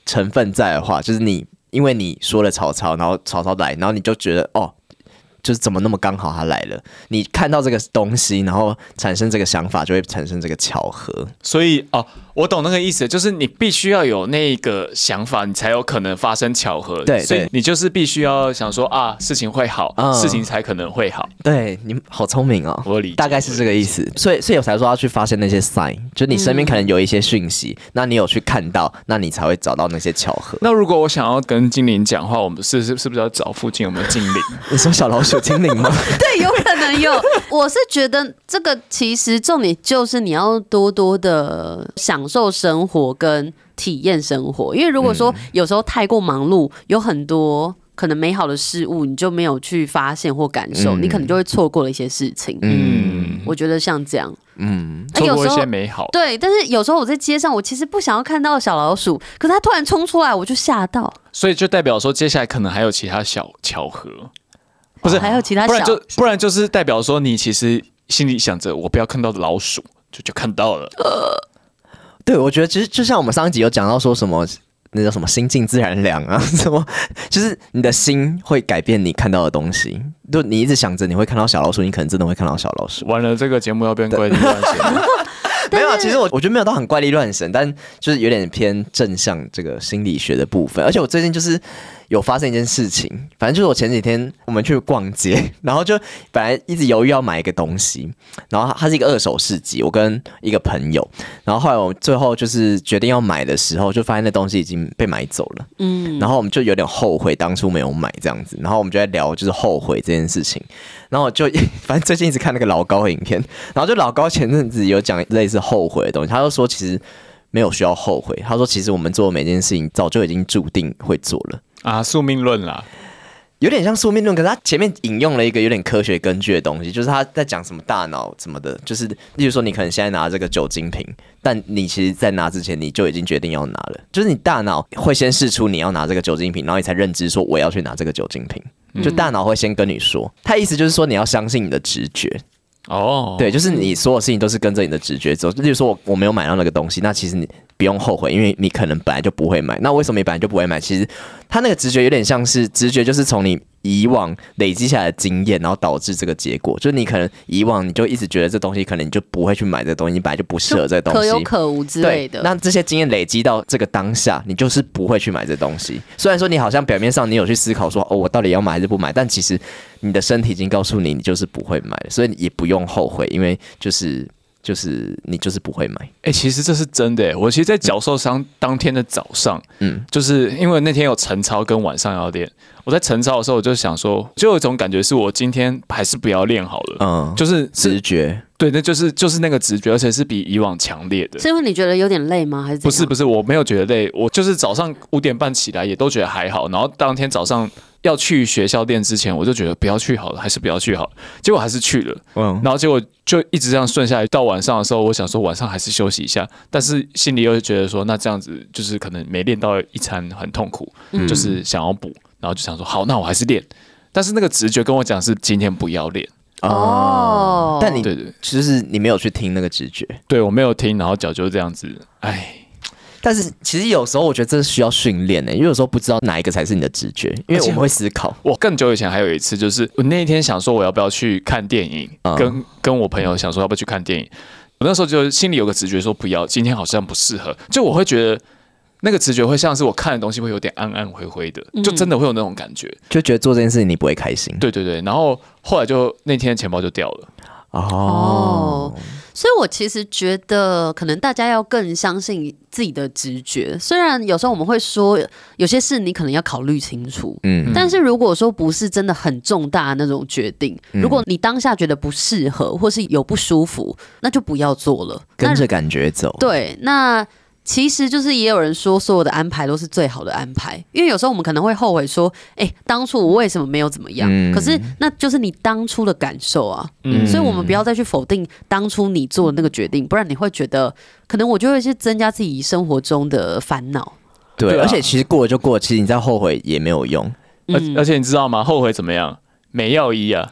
[SPEAKER 2] 成分在的话，就是你因为你说了曹操，然后曹操来，然后你就觉得哦。就是怎么那么刚好他来了？你看到这个东西，然后产生这个想法，就会产生这个巧合。
[SPEAKER 3] 所以哦，我懂那个意思，就是你必须要有那个想法，你才有可能发生巧合。
[SPEAKER 2] 对，
[SPEAKER 3] 所以你就是必须要想说啊，事情会好，嗯、事情才可能会好。
[SPEAKER 2] 对，你好聪明哦，
[SPEAKER 3] 我理解，
[SPEAKER 2] 大概是这个意思。所以，所以我才说要去发现那些 sign， 就你身边可能有一些讯息，嗯、那你有去看到，那你才会找到那些巧合。
[SPEAKER 3] 那如果我想要跟精灵讲话，我们是是是不是要找附近有没有精灵？
[SPEAKER 2] 你说小老鼠精灵吗？
[SPEAKER 1] 对，有可能有。我是觉得这个其实重点就是你要多多的享受生活跟体验生活，因为如果说有时候太过忙碌，有很多可能美好的事物你就没有去发现或感受，嗯、你可能就会错过了一些事情。嗯，我觉得像这样。
[SPEAKER 3] 嗯，错过一些美好。
[SPEAKER 1] 对，但是有时候我在街上，我其实不想要看到小老鼠，可是它突然冲出来，我就吓到。
[SPEAKER 3] 所以就代表说，接下来可能还有其他小巧合。不是，
[SPEAKER 1] 还有其他小，
[SPEAKER 3] 不然就不然就是代表说你其实心里想着我不要看到老鼠，就就看到了。呃，
[SPEAKER 2] 对，我觉得其实就像我们上一集有讲到说什么，那叫什么心静自然凉啊，什么就是你的心会改变你看到的东西。就你一直想着你会看到小老鼠，你可能真的会看到小老鼠。
[SPEAKER 3] 完了，这个节目要变怪力乱神。
[SPEAKER 2] 没有啊，其实我我觉得没有到很怪力乱神，但就是有点偏正向这个心理学的部分。而且我最近就是有发生一件事情，反正就是我前几天我们去逛街，然后就本来一直犹豫要买一个东西，然后它是一个二手市集，我跟一个朋友，然后后来我最后就是决定要买的时候，就发现那东西已经被买走了，嗯，然后我们就有点后悔当初没有买这样子，然后我们就在聊就是后悔这件事情，然后我就反正最近一直看那个老高的影片，然后就老高前阵子有讲类似后悔的东西，他就说其实没有需要后悔，他说其实我们做每件事情早就已经注定会做了。
[SPEAKER 3] 啊，宿命论啦，
[SPEAKER 2] 有点像宿命论，可是他前面引用了一个有点科学根据的东西，就是他在讲什么大脑什么的，就是例如说你可能现在拿这个酒精瓶，但你其实在拿之前你就已经决定要拿了，就是你大脑会先释出你要拿这个酒精瓶，然后你才认知说我要去拿这个酒精瓶，就大脑会先跟你说，他意思就是说你要相信你的直觉。哦，对，就是你所有事情都是跟着你的直觉走。例如说我我没有买到那个东西，那其实你不用后悔，因为你可能本来就不会买。那为什么你本来就不会买？其实他那个直觉有点像是直觉，就是从你以往累积下来的经验，然后导致这个结果。就是你可能以往你就一直觉得这东西可能你就不会去买这个东西，你本来就不适合这个东西，
[SPEAKER 1] 可有可无之类的。
[SPEAKER 2] 那这些经验累积到这个当下，你就是不会去买这东西。虽然说你好像表面上你有去思考说哦，我到底要买还是不买，但其实你的身体已经告诉你，你就是不会买，所以也不用后悔，因为就是就是你就是不会买。
[SPEAKER 3] 哎、欸，其实这是真的。我其实，在脚受伤当天的早上，嗯，就是因为那天有晨操跟晚上要练。我在晨操的时候，我就想说，就有一种感觉是我今天还是不要练好了，嗯，就是
[SPEAKER 2] 直觉。
[SPEAKER 3] 对，那就是就是那个直觉，而且是比以往强烈的。
[SPEAKER 1] 是因为你觉得有点累吗？还是怎样？
[SPEAKER 3] 不是不是，我没有觉得累，我就是早上五点半起来也都觉得还好，然后当天早上要去学校练之前，我就觉得不要去好了，还是不要去好了，结果还是去了，嗯，然后结果就一直这样顺下来，到晚上的时候，我想说晚上还是休息一下，但是心里又觉得说，那这样子就是可能没练到一餐很痛苦，嗯、就是想要补，然后就想说好，那我还是练，但是那个直觉跟我讲是今天不要练。
[SPEAKER 2] 哦，但你
[SPEAKER 3] 对对，
[SPEAKER 2] 就是你没有去听那个直觉，
[SPEAKER 3] 对我没有听，然后脚就这样子，哎。
[SPEAKER 2] 但是其实有时候我觉得这需要训练呢，因为有时候不知道哪一个才是你的直觉，因为我们会思考。
[SPEAKER 3] 我更久以前还有一次，就是我那一天想说我要不要去看电影，嗯、跟跟我朋友想说要不要去看电影，我那时候就心里有个直觉说不要，今天好像不适合，就我会觉得。那个直觉会像是我看的东西会有点暗暗灰灰的，就真的会有那种感觉，
[SPEAKER 2] 就觉得做这件事情你不会开心。
[SPEAKER 3] 对对对，然后后来就那天钱包就掉了。
[SPEAKER 1] 哦，所以我其实觉得可能大家要更相信自己的直觉。虽然有时候我们会说有些事你可能要考虑清楚，嗯，但是如果说不是真的很重大的那种决定，嗯、如果你当下觉得不适合或是有不舒服，那就不要做了，
[SPEAKER 2] 跟着感觉走。
[SPEAKER 1] 对，那。其实就是也有人说，所有的安排都是最好的安排，因为有时候我们可能会后悔说，哎、欸，当初我为什么没有怎么样？嗯、可是那就是你当初的感受啊，嗯、所以我们不要再去否定当初你做的那个决定，不然你会觉得，可能我就会去增加自己生活中的烦恼。
[SPEAKER 2] 对，对啊、而且其实过了就过了，其实你再后悔也没有用。
[SPEAKER 3] 嗯、而而且你知道吗？后悔怎么样？没药医啊。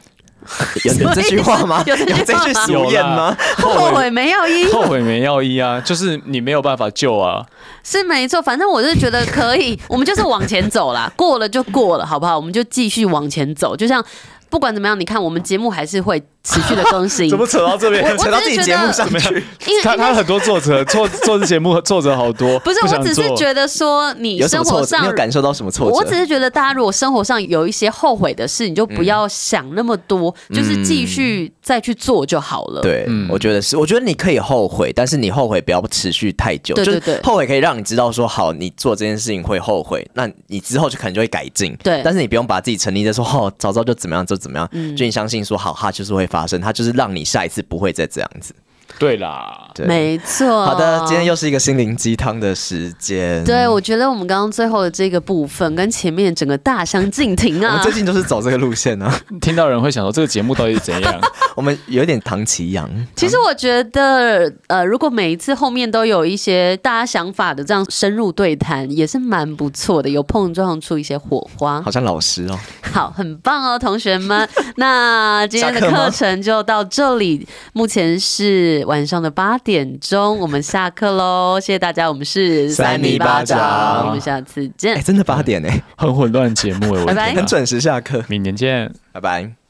[SPEAKER 2] 有有这句话吗？
[SPEAKER 1] 有这句话吗
[SPEAKER 2] 有这句俗谚吗？
[SPEAKER 1] 后悔没药医，
[SPEAKER 3] 后悔没药医啊，就是你没有办法救啊。
[SPEAKER 1] 是没错，反正我是觉得可以，我们就是往前走啦，过了就过了，好不好？我们就继续往前走，就像。不管怎么样，你看我们节目还是会持续的更新。
[SPEAKER 3] 怎么扯到这边？
[SPEAKER 2] 扯到自己节目上去？
[SPEAKER 1] 因为
[SPEAKER 3] 他他很多作者做做这节目作者好多。
[SPEAKER 1] 不是，我只是觉得说你生活上
[SPEAKER 2] 你有感受到什么挫折？
[SPEAKER 1] 我只是觉得大家如果生活上有一些后悔的事，你就不要想那么多，嗯、就是继续再去做就好了。
[SPEAKER 2] 对，嗯、我觉得是，我觉得你可以后悔，但是你后悔不要持续太久。
[SPEAKER 1] 对对对，
[SPEAKER 2] 就是后悔可以让你知道说，好，你做这件事情会后悔，那你之后就可能就会改进。
[SPEAKER 1] 对，
[SPEAKER 2] 但是你不用把自己沉溺在说，哦，早知道就怎么样就怎么样，嗯、就你相信说，好，它就是会发生，它就是让你下一次不会再这样子。
[SPEAKER 3] 对啦，
[SPEAKER 1] 对没错。
[SPEAKER 2] 好的，今天又是一个心灵鸡汤的时间。
[SPEAKER 1] 对，我觉得我们刚刚最后的这个部分跟前面整个大相径庭啊。
[SPEAKER 2] 我们最近都是走这个路线啊。
[SPEAKER 3] 听到人会想说这个节目到底是怎样？
[SPEAKER 2] 我们有点唐奇阳。
[SPEAKER 1] 其实我觉得，呃，如果每一次后面都有一些大家想法的这样深入对谈，也是蛮不错的，有碰撞出一些火花。
[SPEAKER 2] 好像老师哦。
[SPEAKER 1] 好，很棒哦，同学们。那今天的课程就到这里，目前是晚上的八点钟，我们下课喽，谢谢大家，我们是
[SPEAKER 2] 三米巴掌，
[SPEAKER 1] 我们下次见。
[SPEAKER 2] 哎、欸，真的八点哎、欸，
[SPEAKER 3] 很混乱的节目哎，
[SPEAKER 1] 拜拜，
[SPEAKER 2] 很准时下课，
[SPEAKER 3] 明年见，
[SPEAKER 2] 拜拜。